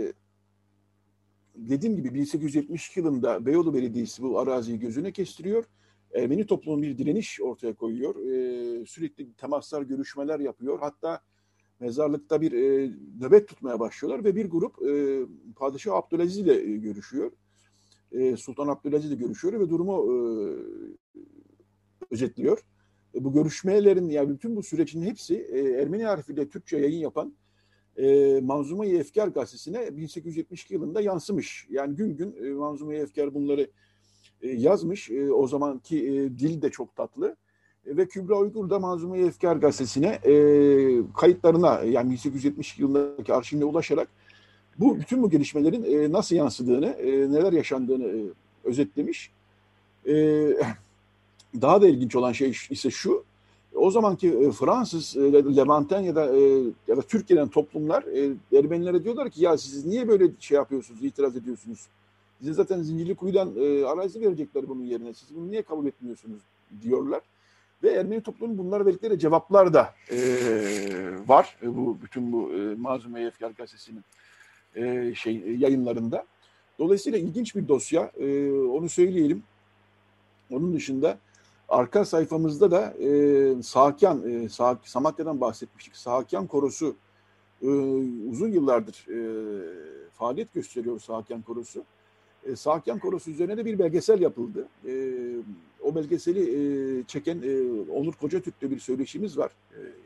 dediğim gibi bin sekiz yüz yetmiş iki yılında Beyoğlu Belediyesi bu araziyi gözüne kestiriyor. Ermeni toplumun bir direniş ortaya koyuyor. E, sürekli temaslar, görüşmeler yapıyor. Hatta mezarlıkta bir e, nöbet tutmaya başlıyorlar ve bir grup e, Padişah Abdülaziz ile e, görüşüyor. Sultan Abdülaziz ile görüşüyor ve durumu e, özetliyor. E, bu görüşmelerin, yani bütün bu sürecin hepsi e, Ermeni harfiyle Türkçe yayın yapan e, Manzume-i Efkar gazetesine bin sekiz yüz yetmiş iki yılında yansımış. Yani gün gün e, Manzume-i Efkar bunları e, yazmış. E, o zamanki e, dil de çok tatlı. E, ve Kübra Uygur da Manzume-i Efkar gazetesine e, kayıtlarına, yani bin sekiz yüz yetmiş iki yılındaki arşivine ulaşarak bu bütün bu gelişmelerin e, nasıl yansıdığını, e, neler yaşandığını e, özetlemiş. E, daha da ilginç olan şey ise şu: o zamanki e, Fransız, e, Levanten ya da e, ya da Türkiye'den toplumlar e, Ermenilere diyorlar ki ya siz niye böyle şey yapıyorsunuz, itiraz ediyorsunuz? Size zaten Zincirlikuyu'dan e, arazi verecekler bunun yerine. Siz bunu niye kabul etmiyorsunuz diyorlar. Ve Ermeni toplumunun bunlara verdikleri cevaplar da e, var. E, bu bütün bu e, Manzume-i Efkar gazetesinin E, şey yayınlarında. Dolayısıyla ilginç bir dosya. E, onu söyleyelim. Onun dışında arka sayfamızda da e, Sahakyan, e, Sah Samatya'dan bahsetmiştik. Sahakyan Korosu e, uzun yıllardır e, faaliyet gösteriyor Sahakyan Korosu. E, Sahakyan Korosu üzerine de bir belgesel yapıldı. E, o belgeseli e, çeken e, Onur Kocatürk'le bir söyleşimiz var. E,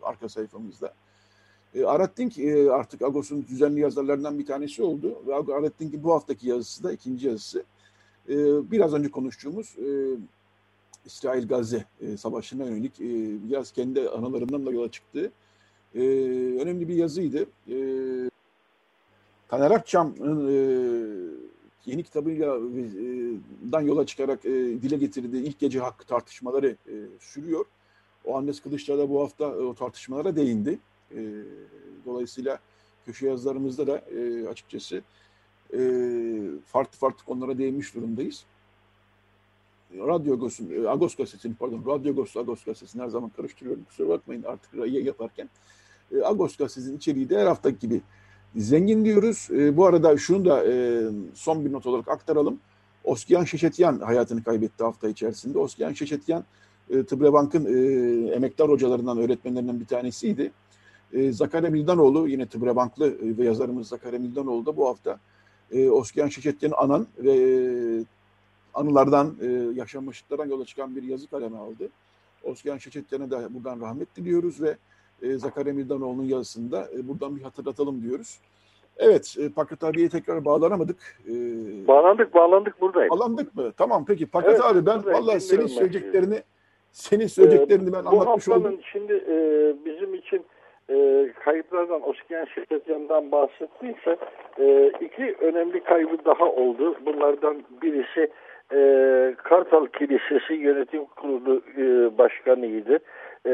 arka sayfamızda. E, Aratting e, artık Agos'un düzenli yazarlarından bir tanesi oldu. Ve Aratting'in bu haftaki yazısı da ikinci yazısı. E, biraz önce konuştuğumuz e, İsrail-Gazze e, savaşına yönelik e, biraz kendi anılarından da yola çıktığı e, önemli bir yazıydı. E, Taner Akçam'ın e, yeni kitabıyla e, dan yola çıkarak e, dile getirdiği ilk gece hakkı tartışmaları e, sürüyor. O Hannes Kılıçlar da bu hafta e, o tartışmalara değindi. E, dolayısıyla köşe yazılarımızda da e, açıkçası e, farklı farklı konulara değinmiş durumdayız. Radyo Agos'un, Agos gazetesini pardon, Radyo Agos, Agos gazetesini her zaman karıştırıyorum. Kusura bakmayın artık yaparken. E, Agos gazetesinin içeriği de her haftaki gibi zengin diyoruz. E, bu arada şunu da e, son bir not olarak aktaralım. Oskian Şeşetyan hayatını kaybetti hafta içerisinde. Oskian Şeşetyan, e, Tıbrebank'ın e, emektar hocalarından, öğretmenlerinden bir tanesiydi. E, Zakarya Mildanoğlu, yine Tıbrebanklı e, ve yazarımız Zakarya Mildanoğlu da bu hafta e, Oskian Şeşetyan'ı anan ve e, anılardan, e, yaşanmışlıklardan yola çıkan bir yazı kaleme aldı. Oskian Şeşetyan'a da buradan rahmet diliyoruz ve e, Zakarya Mildanoğlu'nun yazısında e, buradan bir hatırlatalım diyoruz. Evet, e, Pakrat abiye tekrar bağlanamadık. E, bağlandık, bağlandık buradayım. Bağlandık mı? Tamam, peki. Pakrat evet, abi ben vallahi senin söyleyeceklerini sizi. senin söyleyeceklerini ben ee, anlatmış oldum. Bu haftanın şimdi e, bizim için e, kayıplardan, Oskian Şeşetyan'dan bahsettiyse e, iki önemli kaybı daha oldu. Bunlardan birisi e, Kartal Kilisesi Yönetim Kurulu e, Başkanı'ydı. E,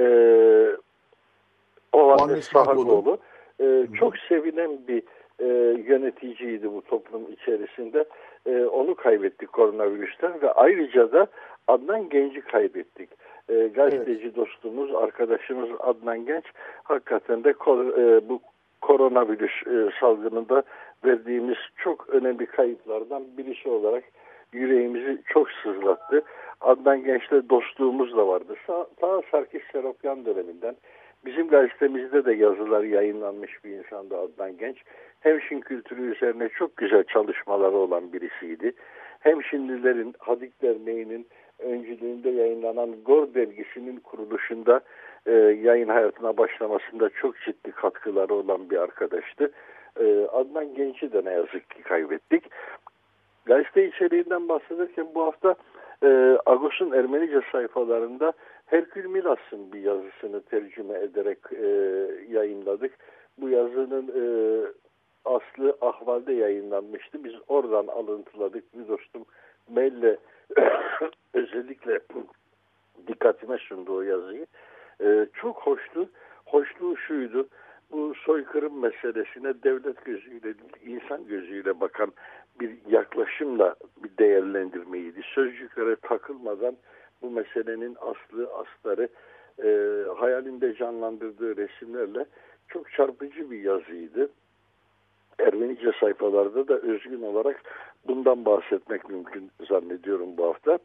Oğannes Sahakoğlu. E, çok sevinen bir e, yöneticiydi bu toplum içerisinde. E, onu kaybettik koronavirüsten ve ayrıca da Adnan Genç'i kaybettik. E, gazeteci evet. dostumuz, arkadaşımız Adnan Genç hakikaten de kor, e, bu koronavirüs e, salgınında verdiğimiz çok önemli kayıplardan birisi olarak yüreğimizi çok sızlattı. Adnan Genç'le dostluğumuz da vardı. Ta, ta Sarkis Seropyan döneminden bizim gazetemizde de yazılar yayınlanmış bir insandı Adnan Genç. Hemşin kültürü üzerine çok güzel çalışmaları olan birisiydi. Hemşinlilerin Hadik Derneği'nin öncülüğünde yayınlanan Gor dergisinin kuruluşunda e, yayın hayatına başlamasında çok ciddi katkıları olan bir arkadaştı. E, Adnan Genç'i de ne yazık ki kaybettik. Gazete içeriğinden bahsederken bu hafta e, Agos'un Ermenice sayfalarında Herkül Milas'ın bir yazısını tercüme ederek e, yayınladık. Bu yazının e, aslı Ahval'de yayınlanmıştı. Biz oradan alıntıladık. Bir dostum maille özellikle dikkatime sundu o yazıyı. E, çok hoştu. Hoşluğu şuydu. Bu soykırım meselesine devlet gözüyle değil, insan gözüyle bakan bir yaklaşımla bir değerlendirmeydi. Sözcüklere takılmadan bu meselenin aslı, astarı e, hayalinde canlandırdığı resimlerle çok çarpıcı bir yazıydı. Ermenice sayfalarda da özgün olarak bundan bahsetmek mümkün zannediyorum bu hafta.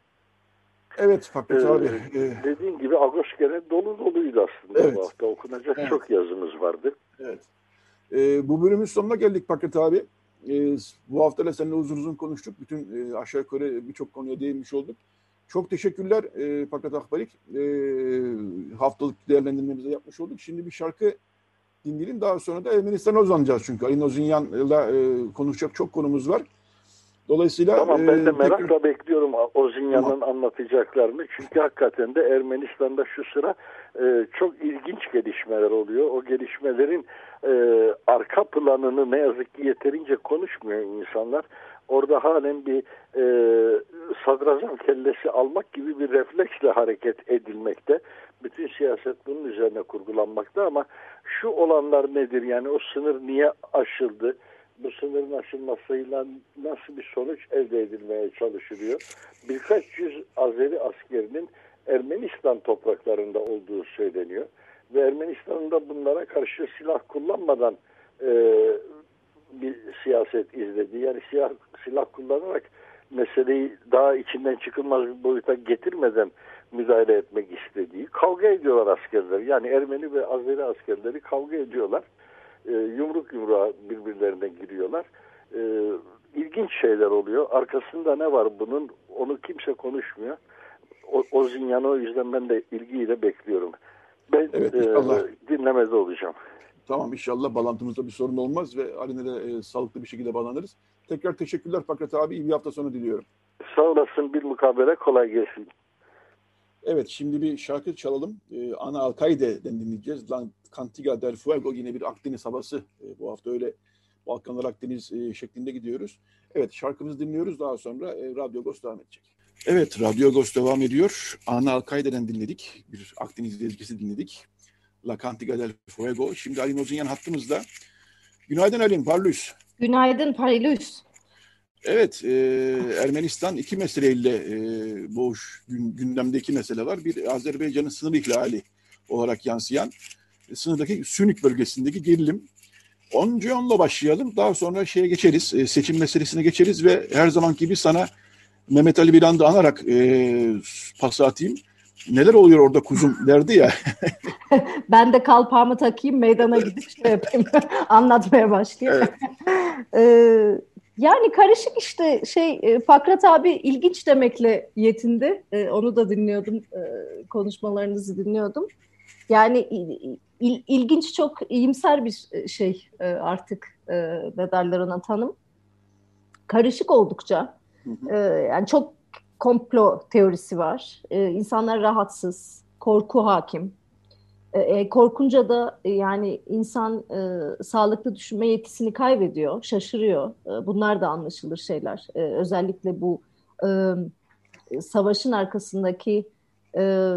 Evet Fakret ee, abi. Dediğin gibi Agos gene dolu doluydu aslında evet. bu hafta. Okunacak evet. çok yazımız vardı. Evet. Ee, bu bölümün sonuna geldik Fakret abi. Ee, bu hafta da seninle uzun uzun konuştuk. Bütün e, aşağı yukarı birçok konuya değinmiş olduk. Çok teşekkürler e, Fakret Akbarik. E, haftalık değerlendirmemizi yapmış olduk. Şimdi bir şarkı dinleyelim. Daha sonra da Ermenistan'a uzanacağız çünkü. Ali Nozinyan'la e, konuşacak çok konumuz var. Dolayısıyla tamam ben de merakla tekrar... bekliyorum Ozinyan'ın tamam. anlatacaklarını. Çünkü hakikaten de Ermenistan'da şu sıra e, çok ilginç gelişmeler oluyor. O gelişmelerin e, arka planını ne yazık ki yeterince konuşmuyor insanlar. Orada halen bir e, sadrazam kellesi almak gibi bir refleksle hareket edilmekte. Bütün siyaset bunun üzerine kurgulanmakta ama şu olanlar nedir? Yani o sınır niye aşıldı? Bu sınırın aşılmasıyla nasıl bir sonuç elde edilmeye çalışılıyor? Birkaç yüz Azeri askerinin Ermenistan topraklarında olduğu söyleniyor. Ve Ermenistan'ın da bunlara karşı silah kullanmadan e, bir siyaset izlediği. Yani silah, silah kullanarak meseleyi daha içinden çıkılmaz bir boyuta getirmeden müdahale etmek istediği. Kavga ediyorlar askerler. Yani Ermeni ve Azeri askerleri kavga ediyorlar. E, yumruk yumruğa birbirlerine giriyorlar. E, ilginç şeyler oluyor. Arkasında ne var bunun? Onu kimse konuşmuyor. O, o zinyanı o yüzden ben de ilgiyle bekliyorum. Ben Evet, e, inşallah. dinlemede olacağım. Tamam, inşallah bağlantımızda bir sorun olmaz ve Alin'e de e, sağlıklı bir şekilde bağlanırız. Tekrar teşekkürler Fakret abi. İyi bir hafta sonu diliyorum. Sağ olasın, bir mukabele, kolay gelsin. Evet, şimdi bir şarkı çalalım. Ee, Ana Alkaide'den dinleyeceğiz. La Cantiga del Fuego, yine bir Akdeniz havası. Ee, bu hafta öyle Balkanlar Akdeniz e, şeklinde gidiyoruz. Evet, şarkımızı dinliyoruz. Daha sonra e, Radyo Agos devam edecek. Evet, Radyo Agos devam ediyor. Ana Alkaide'den dinledik. Bir Akdeniz ezgisi dinledik. La Cantiga del Fuego. Şimdi Alin Ozunyan hattımızda. Günaydın Alin, parlıyız. Günaydın Parilus. Evet, e, Ermenistan iki meseleyle e, boğuş, gün, gündemdeki mesele var. Bir, Azerbaycan'ın sınır ihlali olarak yansıyan e, sınırdaki Sünük bölgesindeki gerilim. Önce onunla başlayalım. Daha sonra şeye geçeriz, e, seçim meselesine geçeriz ve her zamanki gibi sana Mehmet Ali Birand'ı anarak e, pas atayım. Neler oluyor orada kuzum derdi ya. Ben de kalpağımı takayım, meydana gidip şey yapayım, anlatmaya başlayayım. Evet. ee, yani karışık işte şey, Fakret abi ilginç demekle yetindi. Ee, onu da dinliyordum, ee, konuşmalarınızı dinliyordum. Yani il, il, ilginç, çok iyimser bir şey ee, artık e, ne derler ona, tanım. Karışık oldukça. Hı hı. Ee, yani çok komplo teorisi var. Ee, insanlar rahatsız, korku hakim. E, korkunca da e, yani insan e, sağlıklı düşünme yetisini kaybediyor, şaşırıyor. E, bunlar da anlaşılır şeyler. E, özellikle bu e, savaşın arkasındaki e,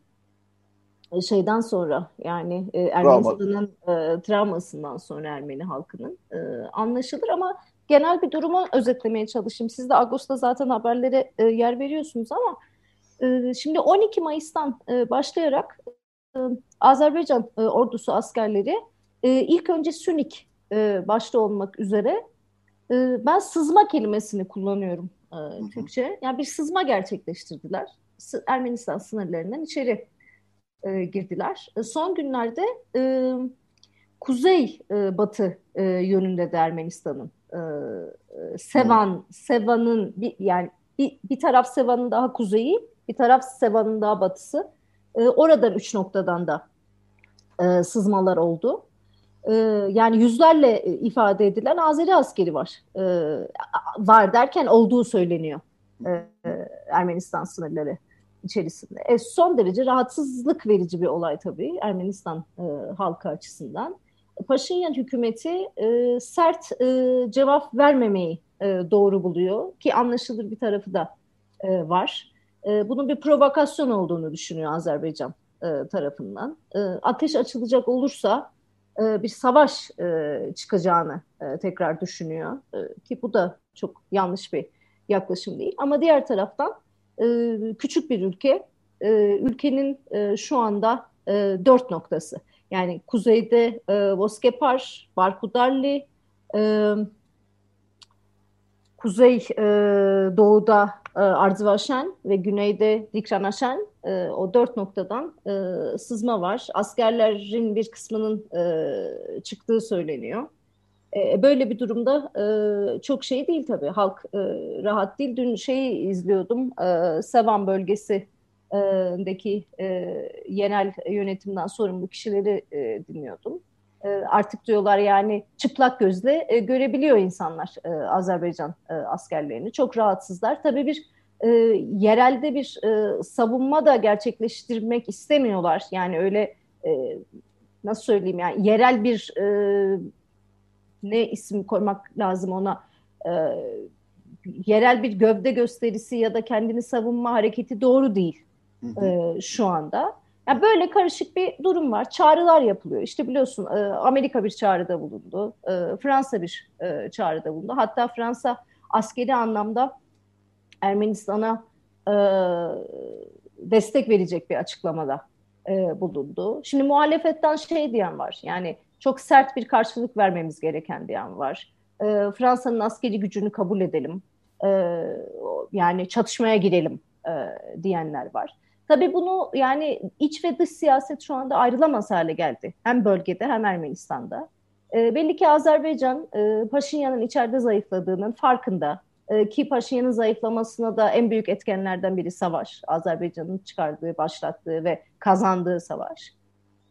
şeyden sonra, yani e, Ermenistan'ın e, travmasından sonra Ermeni halkının e, anlaşılır, ama genel bir durumu özetlemeye çalışayım. Siz de Ağustos'ta zaten haberlere e, yer veriyorsunuz ama e, şimdi on iki Mayıs'tan e, başlayarak Azerbaycan e, ordusu askerleri e, ilk önce Sünik e, başta olmak üzere, e, ben sızma kelimesini kullanıyorum e, Hı hı. Türkçe. Yani bir sızma gerçekleştirdiler. S- Ermenistan sınırlarından içeri e, girdiler. E, son günlerde e, kuzey e, batı e, yönünde de Ermenistan'ın e, e, Sevan, Sevan'ın bir, yani bir, bir taraf Sevan'ın daha kuzeyi, bir taraf Sevan'ın daha batısı. E, oradan üç noktadan da e, sızmalar oldu. E, yani yüzlerle e, ifade edilen Azeri askeri var. E, var derken olduğu söyleniyor e, e, Ermenistan sınırları içerisinde. E, son derece rahatsızlık verici bir olay tabii Ermenistan e, halkı açısından. Paşinyan hükümeti e, sert e, cevap vermemeyi e, doğru buluyor ki anlaşılır bir tarafı da e, var. E, bunun bir provokasyon olduğunu düşünüyor Azerbaycan e, tarafından. E, ateş açılacak olursa e, bir savaş e, çıkacağını e, tekrar düşünüyor. E, ki bu da çok yanlış bir yaklaşım değil. Ama diğer taraftan e, küçük bir ülke, e, ülkenin e, şu anda e, dört noktası. Yani kuzeyde e, Voskepar, Barkudarli, e, kuzey e, doğuda e, Ardzvaşen ve güneyde Dikranaşen, e, o dört noktadan e, sızma var. Askerlerin bir kısmının e, çıktığı söyleniyor. E, böyle bir durumda e, çok şey değil tabii. Halk e, rahat değil. Dün şeyi izliyordum. E, Sevan bölgesindeki e, yerel yönetimden sorumlu kişileri e, dinliyordum. E, artık diyorlar yani çıplak gözle e, görebiliyor insanlar e, Azerbaycan e, askerlerini. Çok rahatsızlar. Tabii bir e, yerelde bir e, savunma da gerçekleştirmek istemiyorlar. Yani öyle e, nasıl söyleyeyim, yani yerel bir e, ne isim koymak lazım ona, e, yerel bir gövde gösterisi ya da kendini savunma hareketi doğru değil e, şu anda. Yani böyle karışık bir durum var. Çağrılar yapılıyor. İşte biliyorsun e, Amerika bir çağrıda bulundu. E, Fransa bir e, çağrıda bulundu. Hatta Fransa askeri anlamda Ermenistan'a e, destek verecek bir açıklamada e, bulundu. Şimdi muhalefetten şey diyen var. Yani çok sert bir karşılık vermemiz gereken diyen var. E, Fransa'nın askeri gücünü kabul edelim. E, yani çatışmaya girelim e, diyenler var. Tabii bunu, yani iç ve dış siyaset şu anda ayrılamaz hale geldi. Hem bölgede hem Ermenistan'da. E, belli ki Azerbaycan e, Paşinyan'ın içeride zayıfladığının farkında. E, ki Paşinyan'ın zayıflamasına da en büyük etkenlerden biri savaş. Azerbaycan'ın çıkardığı, başlattığı ve kazandığı savaş.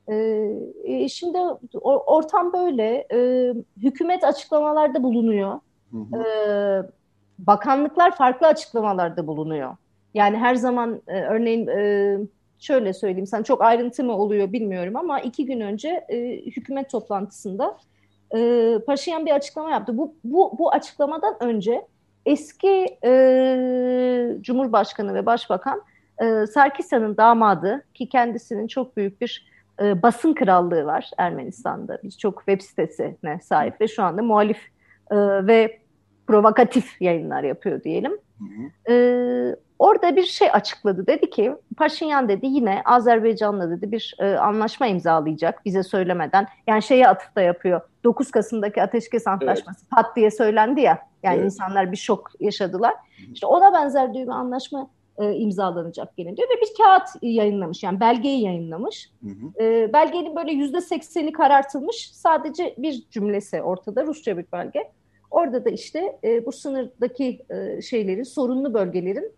E, şimdi ortam böyle. E, hükümet açıklamalarda bulunuyor. Hı hı. E, bakanlıklar farklı açıklamalarda bulunuyor. Yani her zaman e, örneğin e, şöyle söyleyeyim, sen çok ayrıntı mı oluyor bilmiyorum ama iki gün önce e, hükümet toplantısında e, Paşinyan bir açıklama yaptı. Bu, bu, bu açıklamadan önce eski e, Cumhurbaşkanı ve Başbakan e, Sarkisyan'ın damadı, ki kendisinin çok büyük bir e, basın krallığı var Ermenistan'da. Birçok web sitesine sahip ve şu anda muhalif e, ve provokatif yayınlar yapıyor diyelim. Hı hı. E, orada bir şey açıkladı. Dedi ki Paşinyan dedi yine Azerbaycan'la dedi bir e, anlaşma imzalayacak bize söylemeden. Yani şeye atıfta yapıyor. dokuz Kasım'daki ateşkes antlaşması evet. pat diye söylendi ya. Yani evet. insanlar bir şok yaşadılar. İşte ona benzer diyor bir anlaşma e, imzalanacak yine diyor ve bir kağıt yayınlamış. Yani belgeyi yayınlamış. Hı hı. E, belgenin böyle yüzde sekseni karartılmış. Sadece bir cümlesi ortada. Rusça bir belge. Orada da işte e, bu sınırdaki e, şeylerin, sorunlu bölgelerin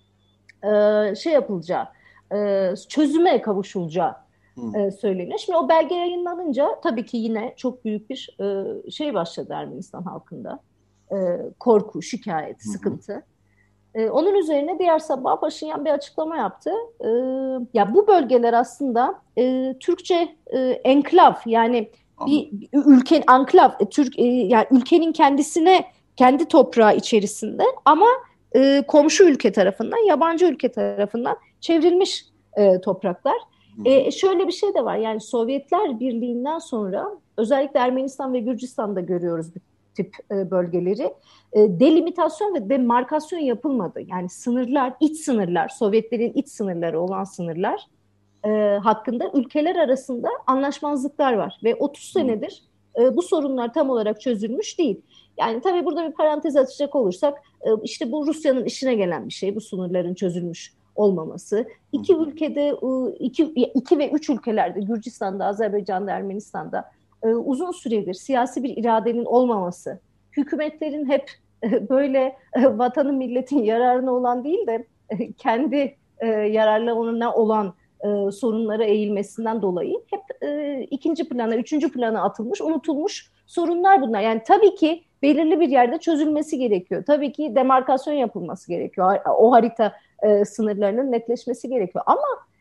e, şey yapılacağı, e, çözüme kavuşulacağı e, söyleniyor. Şimdi o belge yayınlanınca tabii ki yine çok büyük bir e, şey başladı Ermenistan halkında. E, korku, şikayet, sıkıntı. E, onun üzerine diğer sabah Paşinyan bir açıklama yaptı. E, ya bu bölgeler aslında e, Türkçe e, enklav, yani bir, bir ülkenin anklav, Türk e, yani ülkenin kendisine, kendi toprağı içerisinde ama e, komşu ülke tarafından, yabancı ülke tarafından çevrilmiş e, topraklar. E, şöyle bir şey de var. Yani Sovyetler Birliği'nden sonra özellikle Ermenistan ve Gürcistan'da görüyoruz bu tip e, bölgeleri. E, delimitasyon ve demarkasyon yapılmadı. Yani sınırlar, iç sınırlar, Sovyetlerin iç sınırları olan sınırlar e, hakkında ülkeler arasında anlaşmazlıklar var. Ve otuz senedir e, bu sorunlar tam olarak çözülmüş değil. Yani tabii burada bir parantez açacak olursak e, işte bu Rusya'nın işine gelen bir şey, bu sınırların çözülmüş olmaması. İki ülkede, iki, iki ve üç ülkelerde, Gürcistan'da, Azerbaycan'da, Ermenistan'da e, uzun süredir siyasi bir iradenin olmaması, hükümetlerin hep e, böyle e, vatanın milletin yararına olan değil de e, kendi e, yararlarına olan e, sorunlara eğilmesinden dolayı hep e, ikinci plana, üçüncü plana atılmış, unutulmuş sorunlar bunlar. Yani tabii ki belirli bir yerde çözülmesi gerekiyor. Tabii ki demarkasyon yapılması gerekiyor. O harita e, sınırlarının netleşmesi gerekiyor. Ama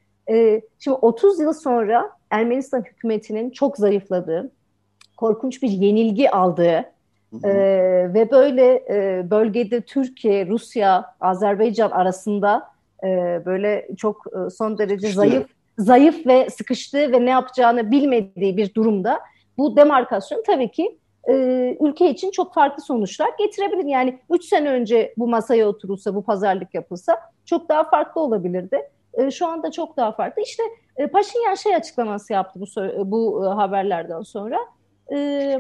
e, şimdi otuz yıl sonra Ermenistan hükümetinin çok zayıfladığı, korkunç bir yenilgi aldığı e, ve böyle e, bölgede Türkiye, Rusya, Azerbaycan arasında e, böyle çok e, son derece işte. zayıf zayıf ve sıkıştığı ve ne yapacağını bilmediği bir durumda bu demarkasyon tabii ki e, ülke için çok farklı sonuçlar getirebilir. Yani üç sene önce bu masaya oturulsa, bu pazarlık yapılsa çok daha farklı olabilirdi. E, şu anda çok daha farklı. İşte e, Paşinyan şey açıklaması yaptı bu, bu e, haberlerden sonra. E,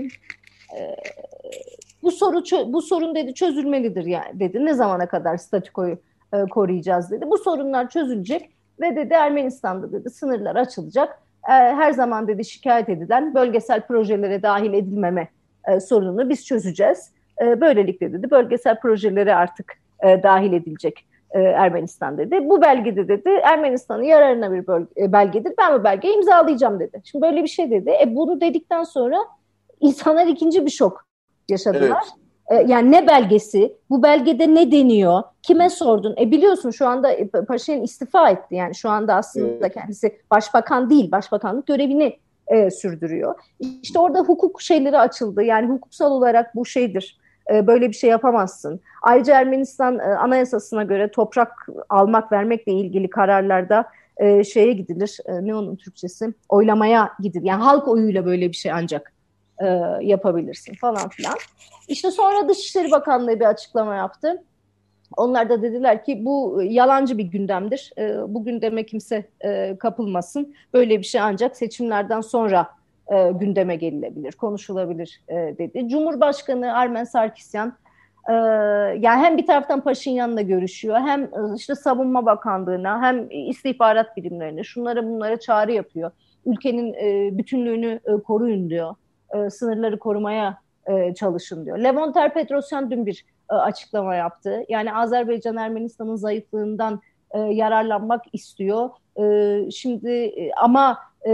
e, bu soru bu sorun dedi çözülmelidir yani dedi. Ne zamana kadar statükoyu e, koruyacağız dedi. Bu sorunlar çözülecek ve dedi Ermenistan'da dedi sınırlar açılacak. E, her zaman dedi şikayet edilen bölgesel projelere dahil edilmeme e, sorununu biz çözeceğiz. E, böylelikle dedi bölgesel projelere artık e, dahil edilecek e, Ermenistan dedi. Bu belgede dedi Ermenistan'ın yararına bir bölge, e, belgedir. Ben bu belgeyi imzalayacağım dedi. Şimdi böyle bir şey dedi. E, bunu dedikten sonra insanlar ikinci bir şok yaşadılar. Evet. E, yani ne belgesi? Bu belgede ne deniyor? Kime sordun? E biliyorsun şu anda e, Paşinyan istifa etti. Yani şu anda aslında evet. kendisi başbakan değil, başbakanlık görevini e, sürdürüyor. İşte orada hukuk şeyleri açıldı. Yani hukuksal olarak bu şeydir. E, böyle bir şey yapamazsın. Ayrıca Ermenistan e, anayasasına göre toprak almak vermekle ilgili kararlarda e, şeye gidilir. E, ne onun Türkçesi? Oylamaya gidilir. Yani halk oyuyla böyle bir şey ancak e, yapabilirsin falan filan. İşte sonra Dışişleri Bakanlığı bir açıklama yaptı. Onlar da dediler ki bu yalancı bir gündemdir. E, bu gündeme kimse e, kapılmasın. Böyle bir şey ancak seçimlerden sonra e, gündeme gelinebilir, konuşulabilir e, dedi. Cumhurbaşkanı Armen Sarkisyan e, yani hem bir taraftan Paşinyan'la görüşüyor, hem e, işte Savunma Bakanlığı'na, hem istihbarat birimlerine, şunlara bunlara çağrı yapıyor. Ülkenin e, bütünlüğünü e, koruyun diyor. E, sınırları korumaya e, çalışın diyor. Levon Ter-Petrosyan dün bir e, açıklama yaptı. Yani Azerbaycan Ermenistan'ın zayıflığından e, yararlanmak istiyor. E, şimdi e, ama e,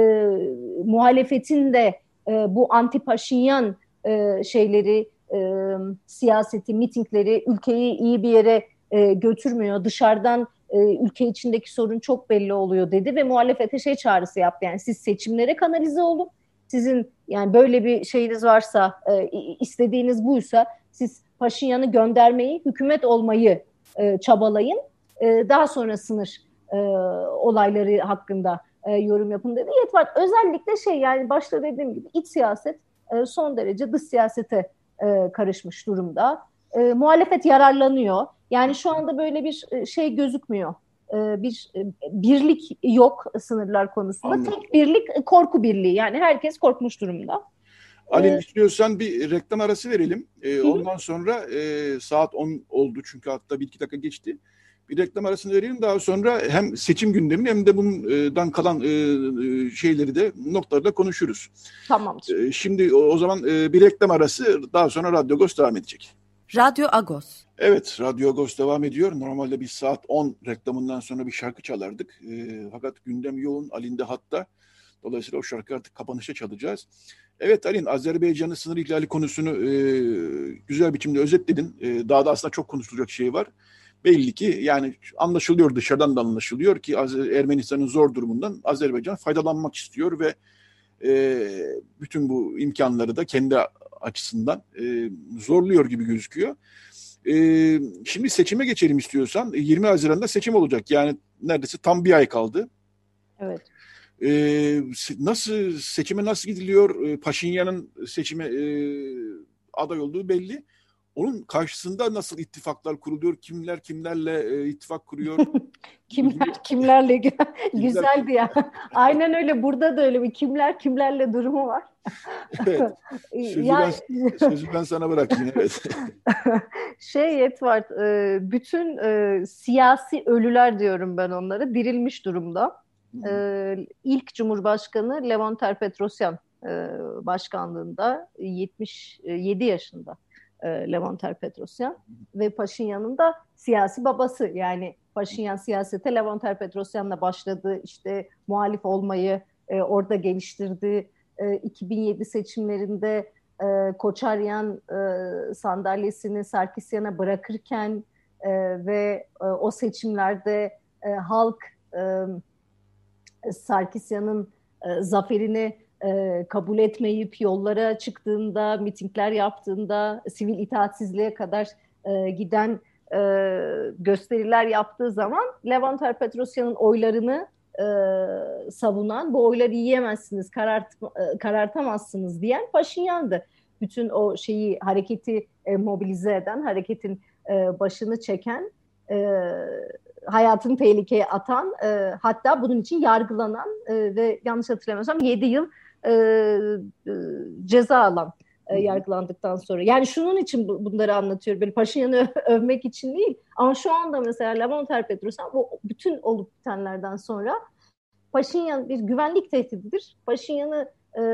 muhalefetin de e, bu anti-Paşinyan e, şeyleri, e, siyaseti, mitingleri ülkeyi iyi bir yere e, götürmüyor. Dışarıdan e, ülke içindeki sorun çok belli oluyor dedi ve muhalefete şey çağrısı yaptı. Yani siz seçimlere kanalize olun. Sizin yani böyle bir şeyiniz varsa, e, istediğiniz buysa siz Paşinyan'ı göndermeyi, hükümet olmayı e, çabalayın. E, daha sonra sınır e, olayları hakkında e, yorum yapın dedi. Yetvar özellikle şey yani başta dediğim gibi iç siyaset e, son derece dış siyasete e, karışmış durumda. E, muhalefet yararlanıyor. Yani şu anda böyle bir şey gözükmüyor. E, bir e, birlik yok sınırlar konusunda. Anladım. Tek birlik korku birliği. Yani herkes korkmuş durumda. Alin Ee, istiyorsan bir reklam arası verelim. Ee, hı hı. ondan sonra e, saat on oldu çünkü hatta bir iki dakika geçti. Bir reklam arasını verelim. Daha sonra hem seçim gündemini hem de bundan kalan e, şeyleri de noktaları da konuşuruz. Tamamdır. E, şimdi o, o zaman e, bir reklam arası, daha sonra Radyo Agos devam edecek. Radyo Agos. Evet, Radyo Agos devam ediyor. Normalde biz saat on reklamından sonra bir şarkı çalardık. E, fakat gündem yoğun, Alin de hatta. Dolayısıyla o şarkı artık kapanışta çalacağız. Evet Alin, Azerbaycan'ın sınır ihlali konusunu e, güzel biçimde özetledin. E, daha da aslında çok konuşulacak şey var. Belli ki yani anlaşılıyor, dışarıdan da anlaşılıyor ki Ermenistan'ın zor durumundan Azerbaycan faydalanmak istiyor ve e, bütün bu imkanları da kendi açısından e, zorluyor gibi gözüküyor. E, şimdi seçime geçelim istiyorsan. yirmi Haziran'da seçim olacak. Yani neredeyse tam bir ay kaldı. Evet. Ee, nasıl seçime nasıl gidiliyor? Ee, Paşinyan'ın seçime e, aday olduğu belli. Onun karşısında nasıl ittifaklar kuruluyor? Kimler kimlerle e, ittifak kuruyor? Kimler kimlerle güzeldi ya. Aynen öyle. Burada da öyle bir kimler kimlerle durumu var. Evet. Sözü, yani... ben, sözü ben sana bırakayım. Evet. şey Edward, bütün siyasi ölüler diyorum ben onlara, dirilmiş durumda. Hmm. İlk Cumhurbaşkanı Levon Ter-Petrosyan başkanlığında yetmiş yedi yaşında Levon Ter-Petrosyan ve Paşinyan'ın da siyasi babası. Yani Paşinyan siyasete Levon Ter-Petrosyan'la başladı. İşte muhalif olmayı orada geliştirdi. iki bin yedi seçimlerinde Koçaryan sandalyesini Sarkisyan'a bırakırken ve o seçimlerde halk Sarkisyan'ın zaferini kabul etmeyip yollara çıktığında, mitingler yaptığında, sivil itaatsizliğe kadar giden gösteriler yaptığı zaman Levon Ter-Petrosyan'ın oylarını savunan, bu oyları yiyemezsiniz, karart, karartamazsınız diyen Paşinyan'dı. Bütün o şeyi, hareketi mobilize eden, hareketin başını çeken, hayatını tehlikeye atan, e, hatta bunun için yargılanan e, ve yanlış hatırlamıyorsam yedi yıl e, e, ceza alan e, yargılandıktan sonra. Yani şunun için bu, bunları anlatıyorum. Böyle Paşinyan'ı övmek için değil. Ama şu anda mesela Levon Ter-Petrosyan bu bütün olup bitenlerden sonra Paşinyan bir güvenlik tehdididir. Paşinyan'ı e,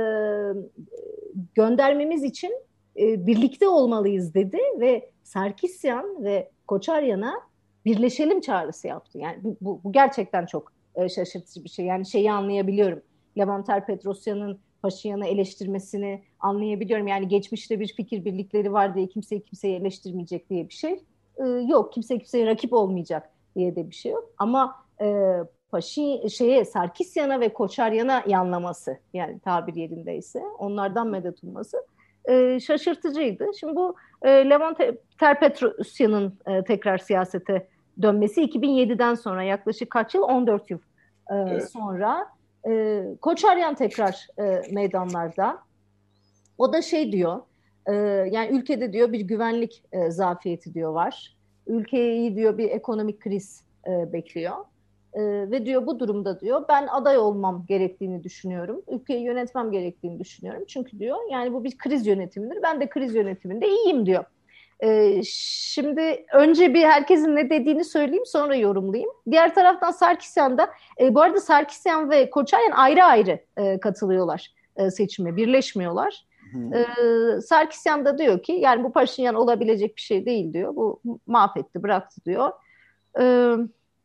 göndermemiz için e, birlikte olmalıyız dedi ve Sarkisyan ve Koçaryan'a birleşelim çağrısı yaptı. Yani bu, bu, bu gerçekten çok e, şaşırtıcı bir şey. Yani şeyi anlayabiliyorum. Levon Ter-Petrosyan'ın Paşinyan'ı eleştirmesini anlayabiliyorum. Yani geçmişte bir fikir birlikleri var diye kimse kimseyi eleştirmeyecek diye bir şey e, yok. Kimse kimseye rakip olmayacak diye de bir şey yok. Ama e, Paşin şeye Sarkisyan'a ve Koçaryan'a yanlaması, yani tabir yerindeyse onlardan medet umması e, şaşırtıcıydı. Şimdi bu e, Levon Ter-Petrosyan'ın e, tekrar siyasete dönmesi iki bin yediden sonra, yaklaşık kaç yıl? on dört yıl e, evet. sonra e, Koçaryan tekrar e, meydanlarda. O da şey diyor, e, yani ülkede diyor bir güvenlik e, zafiyeti diyor var. Ülkeyi diyor bir ekonomik kriz e, bekliyor. E, ve diyor bu durumda diyor ben aday olmam gerektiğini düşünüyorum. Ülkeyi yönetmem gerektiğini düşünüyorum. Çünkü diyor yani bu bir kriz yönetimidir. Ben de kriz yönetiminde iyiyim diyor. Ee, şimdi önce bir herkesin ne dediğini söyleyeyim, sonra yorumlayayım. Diğer taraftan Sarkisyan da, e, bu arada Sarkisyan ve Koçaryan ayrı ayrı e, katılıyorlar e, seçime, birleşmiyorlar. E, Sarkisyan da diyor ki yani bu Paşinyan olabilecek bir şey değil diyor. Bu mahvetti, bıraktı diyor. E,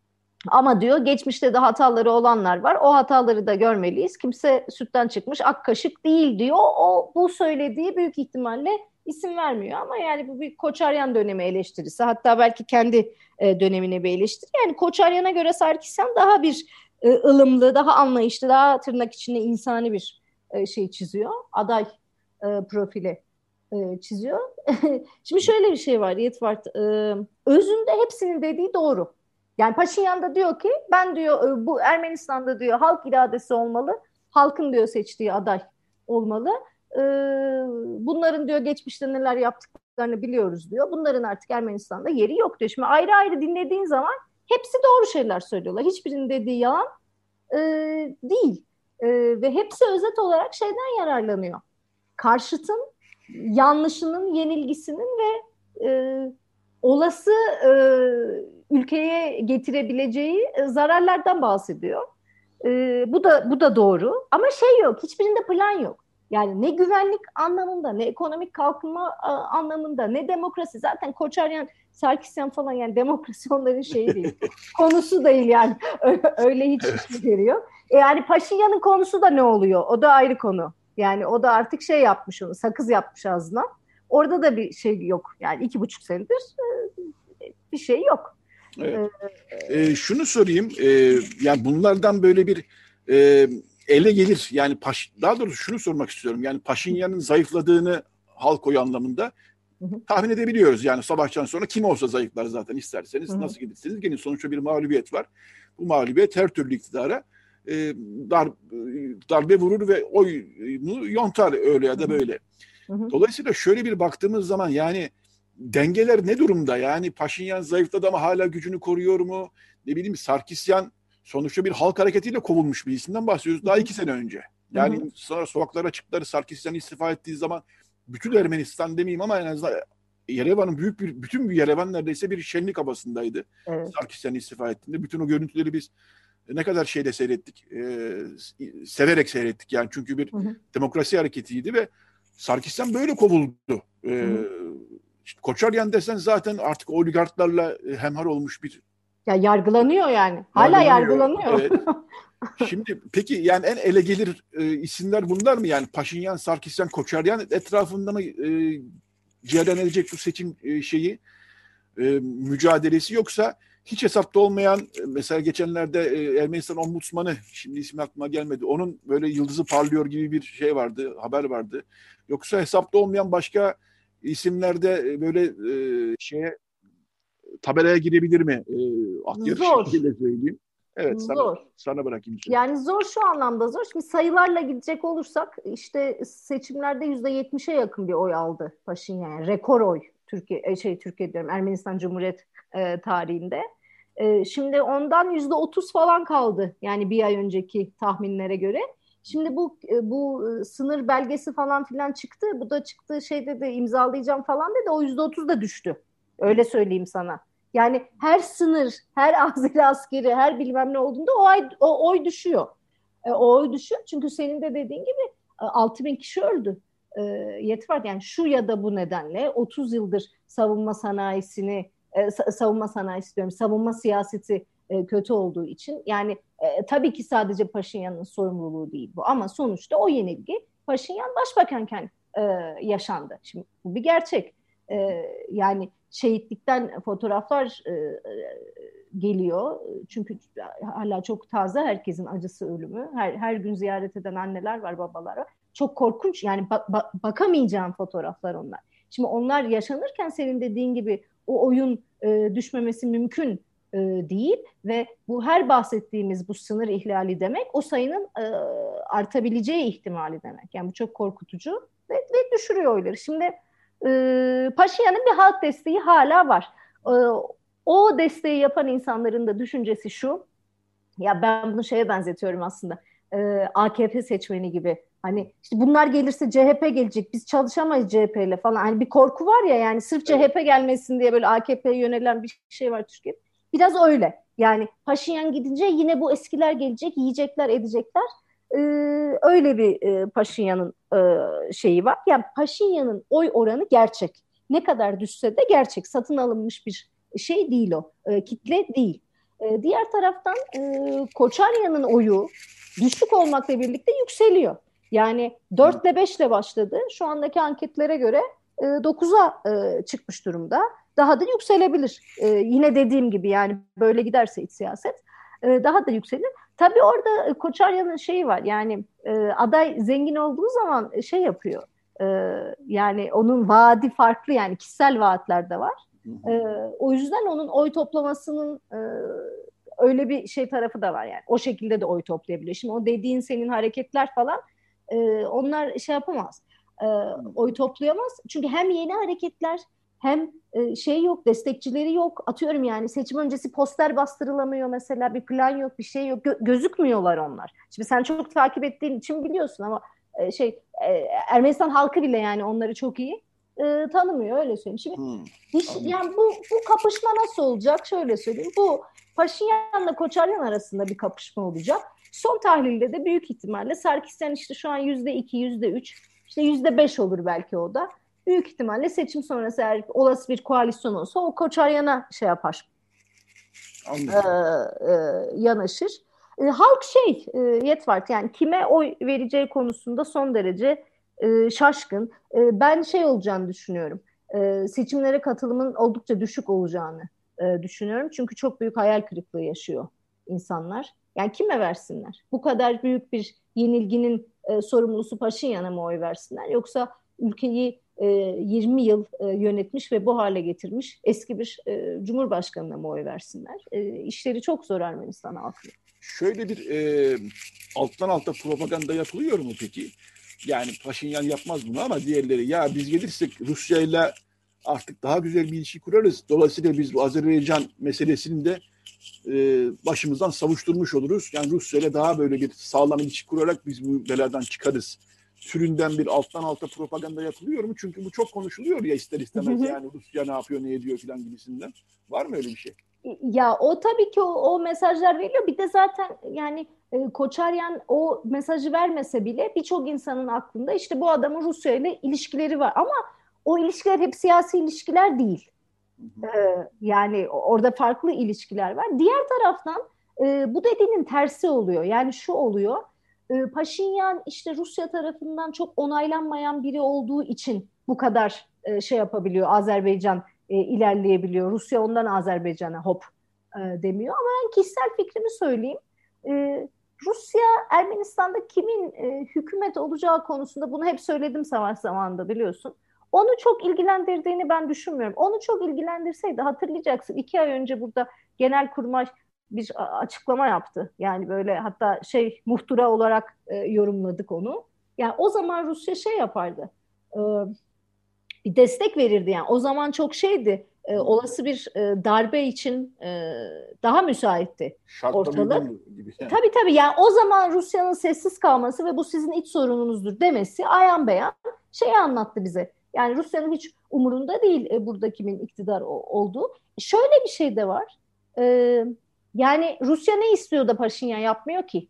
Ama diyor geçmişte de hataları olanlar var. O hataları da görmeliyiz. Kimse sütten çıkmış ak kaşık değil diyor. O bu söylediği büyük ihtimalle isim vermiyor ama yani bu bir Koçaryan dönemi eleştirisi. Hatta belki kendi e, dönemine bir eleştiri. Yani Koçaryan'a göre Sarkisyan daha bir e, ılımlı, daha anlayışlı, daha tırnak içinde insani bir e, şey çiziyor. Aday e, profili e, çiziyor. Şimdi şöyle bir şey var Yetvart. E, özünde hepsinin dediği doğru. Yani Paşinyan da diyor ki ben diyor bu Ermenistan'da diyor halk iradesi olmalı. Halkın diyor seçtiği aday olmalı. Ee, bunların diyor geçmişte neler yaptıklarını biliyoruz diyor. Bunların artık Ermenistan'da yeri yok diyor. Şimdi ayrı ayrı dinlediğin zaman hepsi doğru şeyler söylüyorlar. Hiçbirinin dediği yalan e, değil. E, ve hepsi özet olarak şeyden yararlanıyor. Karşıtın yanlışının, yenilgisinin ve e, olası e, ülkeye getirebileceği e, zararlardan bahsediyor. E, bu da bu da doğru. Ama şey yok, hiçbirinde plan yok. Yani ne güvenlik anlamında, ne ekonomik kalkınma a, anlamında, ne demokrasi. Zaten Koçaryan, Sarkisyan falan yani demokrasi onların şeyi değil. Konusu değil yani. Öyle hiç evet. Geliyor. E yani Paşinyan'ın konusu da ne oluyor? O da ayrı konu. Yani o da artık şey yapmış onu, sakız yapmış ağzına. Orada da bir şey yok. Yani iki buçuk senedir e, bir şey yok. Evet. Ee, e, şunu sorayım. E, yani bunlardan böyle bir e, ele gelir. Yani paş, daha doğrusu şunu sormak istiyorum. Yani Paşinyan'ın zayıfladığını halk oyu anlamında hı hı. tahmin edebiliyoruz. Yani savaştan sonra kim olsa zayıflar zaten isterseniz. Hı hı. Nasıl giderseniz gelin. Sonuçta bir mağlubiyet var. Bu mağlubiyet her türlü iktidara e, dar, darbe vurur ve oyunu yontar öyle ya da böyle. Hı hı. Dolayısıyla şöyle bir baktığımız zaman yani dengeler ne durumda? Yani Paşinyan zayıfladı ama hala gücünü koruyor mu? Ne bileyim Sarkisyan sonuçta bir halk hareketiyle kovulmuş bir isimden bahsediyoruz daha iki sene önce. Yani hı hı. sonra sokaklara çıktılar, Sarkisyan istifa ettiği zaman bütün Ermenistan demeyeyim ama en azından Yerevan'ın büyük bir, bütün bir Yerevan neredeyse bir şenlik havasındaydı. Evet. Sarkisyan istifa ettiğinde. Bütün o görüntüleri biz ne kadar şeyde seyrettik, e, severek seyrettik yani çünkü bir hı hı. demokrasi hareketiydi ve Sarkisyan böyle kovuldu. E, işte Koçaryan desen zaten artık oligarklarla hemhal olmuş bir... Ya yargılanıyor yani. Hala yargılanıyor. yargılanıyor. Evet. Şimdi peki yani en ele gelir e, isimler bunlar mı? Yani Paşinyan, Sarkisyan, Koçaryan etrafında mı e, cereyan edecek bu seçim e, şeyi, e, mücadelesi yoksa hiç hesapta olmayan, mesela geçenlerde e, Ermenistan ombudsmanı, şimdi ismi aklıma gelmedi, onun böyle yıldızı parlıyor gibi bir şey vardı, haber vardı. Yoksa hesapta olmayan başka isimlerde böyle e, şeye tabelaya girebilir mi? E, at yarışıyla söyleyeyim. Evet, zor. sana sana bırakayım. Şimdi. Yani zor şu anlamda zor. Şimdi sayılarla gidecek olursak işte seçimlerde yüzde yetmişe yakın bir oy aldı Paşinyan. Yani rekor oy Türkiye şey Türkiye diyorum Ermenistan Cumhuriyet e, tarihinde. E, şimdi ondan yüzde otuz falan kaldı. Yani bir ay önceki tahminlere göre. Şimdi bu bu sınır belgesi falan filan çıktı. Bu da çıktı şeyde de imzalayacağım falan dedi. O yüzde otuz da düştü. Öyle söyleyeyim sana. Yani her sınır, her Azeri askeri, her bilmem ne olduğunda o, ay, o oy düşüyor. E, o oy düşüyor. Çünkü senin de dediğin gibi altı bin kişi öldü. E, Yetvart yani şu ya da bu nedenle otuz yıldır savunma sanayisini, e, savunma sanayisi diyorum, savunma siyaseti e, kötü olduğu için yani e, tabii ki sadece Paşinyan'ın sorumluluğu değil bu ama sonuçta o yenilgi Paşinyan başbakanken e, yaşandı. Şimdi bu bir gerçek. E, yani şehitlikten fotoğraflar e, geliyor. Çünkü hala çok taze herkesin acısı ölümü. Her, her gün ziyaret eden anneler var, babalar var. Çok korkunç yani ba- ba- bakamayacağım fotoğraflar onlar. Şimdi onlar yaşanırken senin dediğin gibi o oyun e, düşmemesi mümkün e, değil ve bu her bahsettiğimiz bu sınır ihlali demek o sayının e, artabileceği ihtimali demek. Yani bu çok korkutucu ve, ve düşürüyor oyları. Şimdi e, Paşinyan'ın bir halk desteği hala var. E, o desteği yapan insanların da düşüncesi şu, ya ben bunu şeye benzetiyorum aslında, e, A K P seçmeni gibi. Hani işte bunlar gelirse C H P gelecek, biz çalışamayız C H P ile falan. Hani bir korku var ya yani sırf C H P gelmesin diye böyle A K P'ye yönelen bir şey var Türkiye'de. Biraz öyle. Yani Paşinyan gidince yine bu eskiler gelecek, yiyecekler, edecekler. Ee, öyle bir e, Paşinyan'ın e, şeyi var. Yani Paşinyan'ın oy oranı gerçek. Ne kadar düşse de gerçek. Satın alınmış bir şey değil o. E, kitle değil. E, diğer taraftan e, Koçarya'nın oyu düşük olmakla birlikte yükseliyor. Yani dört ile beş ile başladı. Şu andaki anketlere göre e, dokuza e, çıkmış durumda. Daha da yükselebilir. E, yine dediğim gibi yani böyle giderse iç siyaset e, daha da yükselir. Tabii orada e, Koçarya'nın şeyi var. Yani e, aday zengin olduğu zaman şey yapıyor. E, yani onun vaadi farklı, yani kişisel vaatler de var. E, o yüzden onun oy toplamasının e, öyle bir şey tarafı da var yani. O şekilde de oy toplayabiliyor. Şimdi o dediğin senin hareketler falan e, onlar şey yapamaz. E, oy toplayamaz. Çünkü hem yeni hareketler hem e, şey yok, destekçileri yok. Atıyorum yani seçim öncesi poster bastırılamıyor mesela. Bir plan yok, bir şey yok. Gö- gözükmüyorlar onlar. Şimdi sen çok takip ettiğin için biliyorsun ama e, şey e, Ermenistan halkı bile yani onları çok iyi e, tanımıyor, öyle söyleyeyim. Şimdi Hmm, hiç, yani bu, bu kapışma nasıl olacak? Şöyle söyleyeyim. Bu Paşinyan'la Koçaryan arasında bir kapışma olacak. Son tahlilde de büyük ihtimalle Sarkisyan işte şu an yüzde iki, yüzde üç, işte yüzde beş olur belki o da. Büyük ihtimalle seçim sonrası eğer olası bir koalisyon olsa o Koçaryan'a şey yapar. E, e, yanaşır. E, halk şey e, Yetvart yani kime oy vereceği konusunda son derece e, şaşkın. E, ben şey olacağını düşünüyorum. E, seçimlere katılımın oldukça düşük olacağını e, düşünüyorum. Çünkü çok büyük hayal kırıklığı yaşıyor insanlar. Yani kime versinler? Bu kadar büyük bir yenilginin e, sorumlusu Paşinyan'a mı oy versinler? Yoksa ülkeyi e, yirmi yıl e, yönetmiş ve bu hale getirmiş eski bir e, cumhurbaşkanına mı oy versinler? E, işleri çok zor Ermenistan halkı. Şöyle bir e, alttan alta propaganda yapılıyor mu peki? Yani Paşinyan yapmaz bunu ama diğerleri ya biz gelirsek Rusya'yla artık daha güzel bir ilişki kurarız. Dolayısıyla biz bu Azerbaycan meselesini de e, başımızdan savuşturmuş oluruz. Yani Rusya'yla daha böyle bir sağlam ilişki kurarak biz bu beladan çıkarız. Türünden bir alttan alta propaganda yapılıyor mu? Çünkü bu çok konuşuluyor ya ister istemez yani Rusya ne yapıyor ne ediyor filan gibisinden. Var mı öyle bir şey? Ya o tabii ki o, o mesajlar veriliyor. Bir de zaten yani e, Koçaryan o mesajı vermese bile birçok insanın aklında işte bu adamın Rusya ile ilişkileri var. Ama o ilişkiler hep siyasi ilişkiler değil. E, yani orada farklı ilişkiler var. Diğer taraftan e, bu dediğinin tersi oluyor. Yani şu oluyor. E, Paşinyan işte Rusya tarafından çok onaylanmayan biri olduğu için bu kadar e, şey yapabiliyor. Azerbaycan e, ilerleyebiliyor. Rusya ondan Azerbaycan'a hop e, demiyor. Ama ben kişisel fikrimi söyleyeyim. E, Rusya Ermenistan'da kimin e, hükümet olacağı konusunda bunu hep söyledim savaş zamanında biliyorsun. Onu çok ilgilendirdiğini ben düşünmüyorum. Onu çok ilgilendirseydi hatırlayacaksın. İki ay önce burada Genelkurmay bir açıklama yaptı. Yani böyle hatta şey muhtıra olarak e, yorumladık onu. Yani o zaman Rusya şey yapardı. E, bir destek verirdi yani. O zaman çok şeydi. E, olası bir e, darbe için e, daha müsaitti ortalık. Gibi yani. Tabii tabii yani o zaman Rusya'nın sessiz kalması ve bu sizin iç sorununuzdur demesi ayan beyan şeyi anlattı bize. Yani Rusya'nın hiç umurunda değil e, burada kimin iktidar o, olduğu. Şöyle bir şey de var. E, yani Rusya ne istiyor da Paşinyan yapmıyor ki?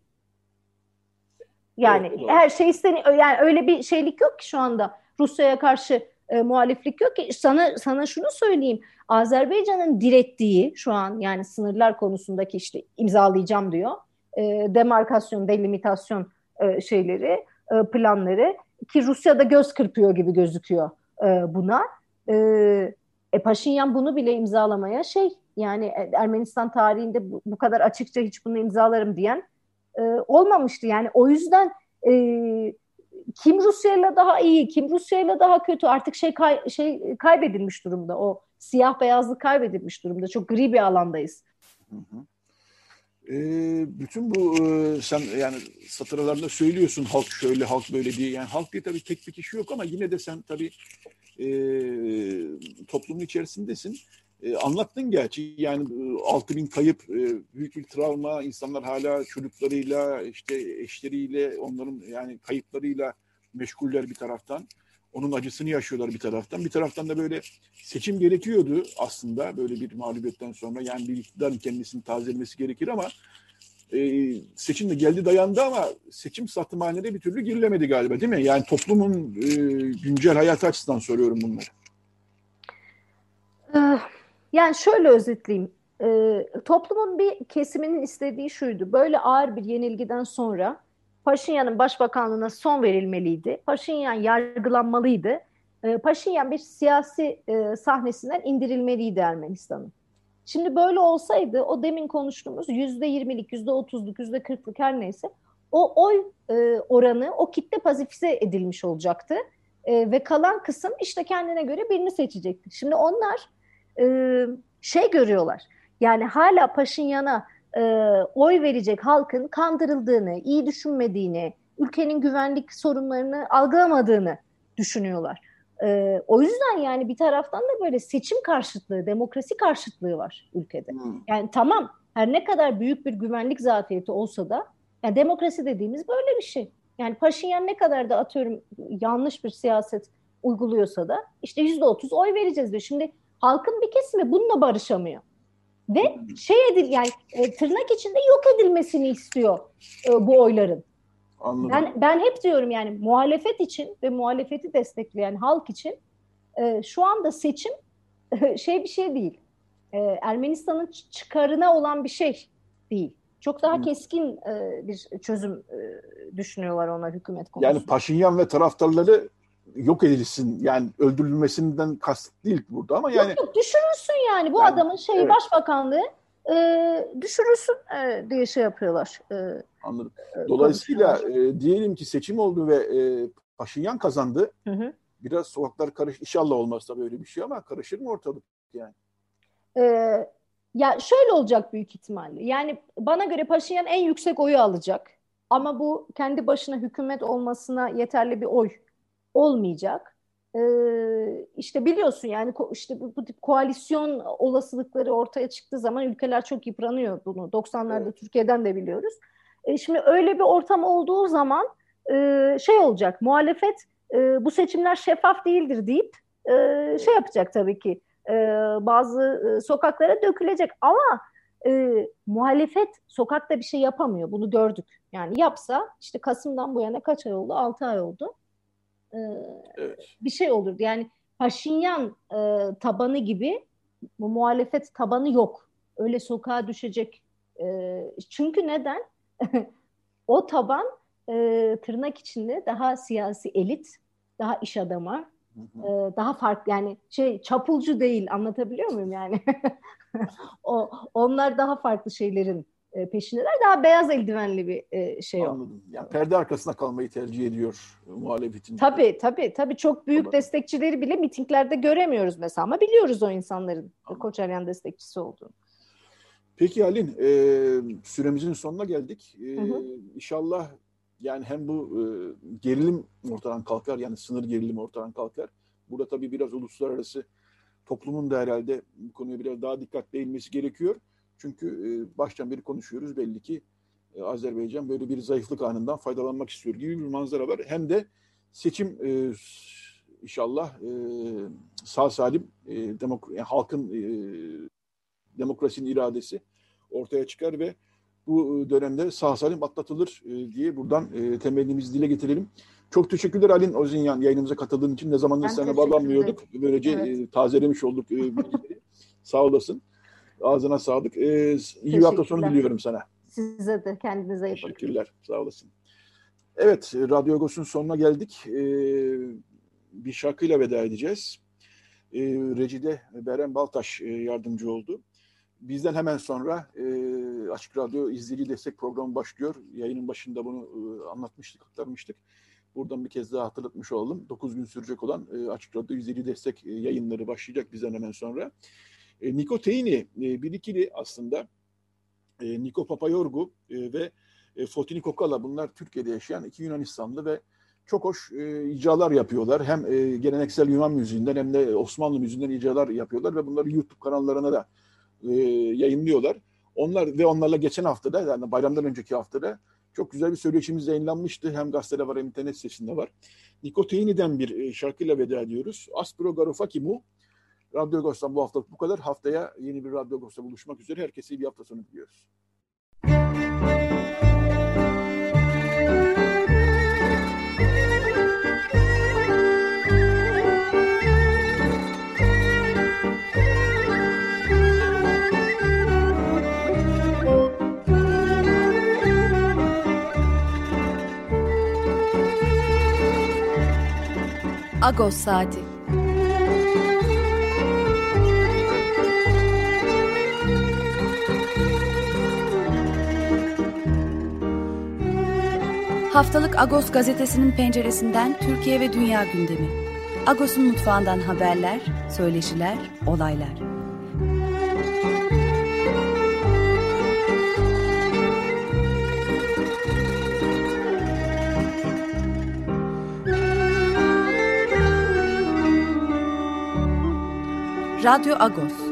Yani evet, her şey isteniyor. Yani öyle bir şeylik yok ki şu anda. Rusya'ya karşı e, muhaliflik yok ki. Sana sana şunu söyleyeyim. Azerbaycan'ın direttiği şu an yani sınırlar konusundaki işte imzalayacağım diyor. E, demarkasyon, delimitasyon e, şeyleri, e, planları ki Rusya'da göz kırpıyor gibi gözüküyor e, buna. E, e, Paşinyan bunu bile imzalamaya şey yani Ermenistan tarihinde bu, bu kadar açıkça hiç bunu imzalarım diyen e, olmamıştı. Yani o yüzden e, kim Rusya'yla daha iyi, kim Rusya'yla daha kötü artık şey kay, şey kaybedilmiş durumda. O siyah beyazlık kaybedilmiş durumda. Çok gri bir alandayız. Hı hı. E, bütün bu e, sen yani satırlarında söylüyorsun halk şöyle halk böyle diye. Yani halk diye tabii tek bir kişi yok ama yine de sen tabii e, toplumun içerisindesin. E, anlattın gerçi yani altı bin kayıp e, büyük bir travma, insanlar hala çocuklarıyla işte eşleriyle onların yani kayıplarıyla meşguller bir taraftan. Onun acısını yaşıyorlar bir taraftan. Bir taraftan da böyle seçim gerekiyordu aslında böyle bir mağlubiyetten sonra. Yani bir iktidarın kendisini tazelemesi gerekir ama e, seçim de geldi dayandı ama seçim satımhanede bir türlü girilemedi galiba değil mi? Yani toplumun e, güncel hayatı açısından soruyorum bunları. Yani şöyle özetleyeyim. e, toplumun bir kesiminin istediği şuydu. Böyle ağır bir yenilgiden sonra Paşinyan'ın başbakanlığına son verilmeliydi. Paşinyan yargılanmalıydı. E, Paşinyan bir siyasi e, sahnesinden indirilmeliydi Ermenistan'ın. Şimdi böyle olsaydı o demin konuştuğumuz yüzde yirmilik, yüzde otuzluk, yüzde kırklık her neyse o oy e, oranı o kitle pasifize edilmiş olacaktı. E, ve kalan kısım işte kendine göre birini seçecekti. Şimdi onlar e, şey görüyorlar. Yani hala Paşinyan'a e, oy verecek halkın kandırıldığını, iyi düşünmediğini, ülkenin güvenlik sorunlarını algılamadığını düşünüyorlar. E, o yüzden yani bir taraftan da böyle seçim karşıtlığı, demokrasi karşıtlığı var ülkede. Hmm. Yani tamam, her ne kadar büyük bir güvenlik zafiyeti olsa da yani demokrasi dediğimiz böyle bir şey. Yani Paşinyan ne kadar da atıyorum yanlış bir siyaset uyguluyorsa da işte yüzde otuz oy vereceğiz diyor. Şimdi halkın bir kesimi bununla barışamıyor. Ve şey edil yani e, tırnak içinde yok edilmesini istiyor e, bu oyların. Anladım. Ben ben hep diyorum yani muhalefet için ve muhalefeti destekleyen halk için e, şu anda seçim e, şey bir şey değil. E, Ermenistan'ın çıkarına olan bir şey değil. Çok daha keskin e, bir çözüm e, düşünüyorlar onlar hükümet konusunda. Yani Paşinyan ve taraftarları yok edilsin. Yani öldürülmesinden kast değil burada ama yani. Yok yok düşürülsün yani. Bu yani, adamın şeyi evet. Başbakanlığı e, düşürülsün e, diye şey yapıyorlar. E, Anladım. Dolayısıyla e, diyelim ki seçim oldu ve e, Paşinyan kazandı. Hı hı. Biraz sokaklar karış. İnşallah olmaz tabii öyle bir şey ama karışır mı ortalık yani? Evet. Ya şöyle olacak büyük ihtimalle. Yani bana göre Paşinyan en yüksek oyu alacak. Ama bu kendi başına hükümet olmasına yeterli bir oy olmayacak. Ee, işte biliyorsun yani işte bu, bu tip koalisyon olasılıkları ortaya çıktığı zaman ülkeler çok yıpranıyor bunu. doksanlarda evet. Türkiye'den de biliyoruz. E şimdi öyle bir ortam olduğu zaman e, şey olacak. Muhalefet e, bu seçimler şeffaf değildir deyip e, şey yapacak tabii ki. E, bazı e, sokaklara dökülecek ama e, muhalefet sokakta bir şey yapamıyor. Bunu gördük. Yani yapsa işte Kasım'dan bu yana kaç ay oldu? altı ay oldu. E, evet. Bir şey olurdu. Yani Paşinyan e, tabanı gibi bu muhalefet tabanı yok. Öyle sokağa düşecek. E, çünkü neden? O taban e, tırnak içinde daha siyasi elit, daha iş adamı, daha farklı yani şey çapulcu değil, anlatabiliyor muyum yani? o onlar daha farklı şeylerin peşindeler. Daha beyaz eldivenli bir şey o. Anladım. Yani perde arkasında kalmayı tercih ediyor muhalefetin. Tabii tabii tabii çok büyük ama destekçileri bile mitinglerde göremiyoruz mesela ama biliyoruz o insanların Koçaryan destekçisi olduğunu. Peki Halin, e, süremizin sonuna geldik. E, hı hı. İnşallah yani hem bu e, gerilim ortadan kalkar, yani sınır gerilimi ortadan kalkar. Burada tabii biraz uluslararası toplumun da herhalde bu konuya biraz daha dikkatli eğilmesi gerekiyor. Çünkü e, baştan beri konuşuyoruz, belli ki e, Azerbaycan böyle bir zayıflık anından faydalanmak istiyor gibi bir manzara var. Hem de seçim e, inşallah e, sağ salim e, demok- yani halkın e, demokrasinin iradesi ortaya çıkar ve bu dönemde sağ salim atlatılır diye buradan temennimizi dile getirelim. Çok teşekkürler Halin Ozinyan, yayınımıza katıldığın için. Ne zamandır sana bağlanmıyorduk. Böylece evet. tazelemiş olduk. Sağ olasın. Ağzına sağlık. İyi bir hafta sonu diliyorum sana. Size de, kendinize iyi bakın. Teşekkürler. Sağ olasın. Evet, Radyo Agos'un sonuna geldik. Bir şarkıyla veda edeceğiz. Recide Beren Baltaş yardımcı oldu. Bizden hemen sonra e, Açık Radyo İzleyici Destek Programı başlıyor. Yayının başında bunu e, anlatmıştık, aktarmıştık. Buradan bir kez daha hatırlatmış olalım. dokuz gün sürecek olan e, Açık Radyo İzleyici Destek e, yayınları başlayacak bizden hemen sonra. E, Niko Teini, e, bir ikili aslında. E, Niko Papayorgu e, ve e, Fotini Kokala, bunlar Türkiye'de yaşayan iki Yunanistanlı ve çok hoş e, icralar yapıyorlar. Hem e, geleneksel Yunan müziğinden hem de Osmanlı müziğinden icralar yapıyorlar ve bunları YouTube kanallarına da E, yayınlıyorlar. Onlar ve onlarla geçen haftada, yani bayramdan önceki haftada çok güzel bir söyleşimiz yayınlanmıştı. Hem gazetede var hem internet sitesinde var. Niko Teini'den bir e, şarkıyla veda ediyoruz. Aspro Garofakimu. Radyo Agos'tan bu haftalık bu kadar. Haftaya yeni bir Radyo Agos'ta buluşmak üzere. Herkese iyi bir hafta sonu diliyoruz. Agos Saati. Haftalık Agos gazetesinin penceresinden Türkiye ve dünya gündemi. Agos'un mutfağından haberler, söyleşiler, olaylar. Radyo Agos.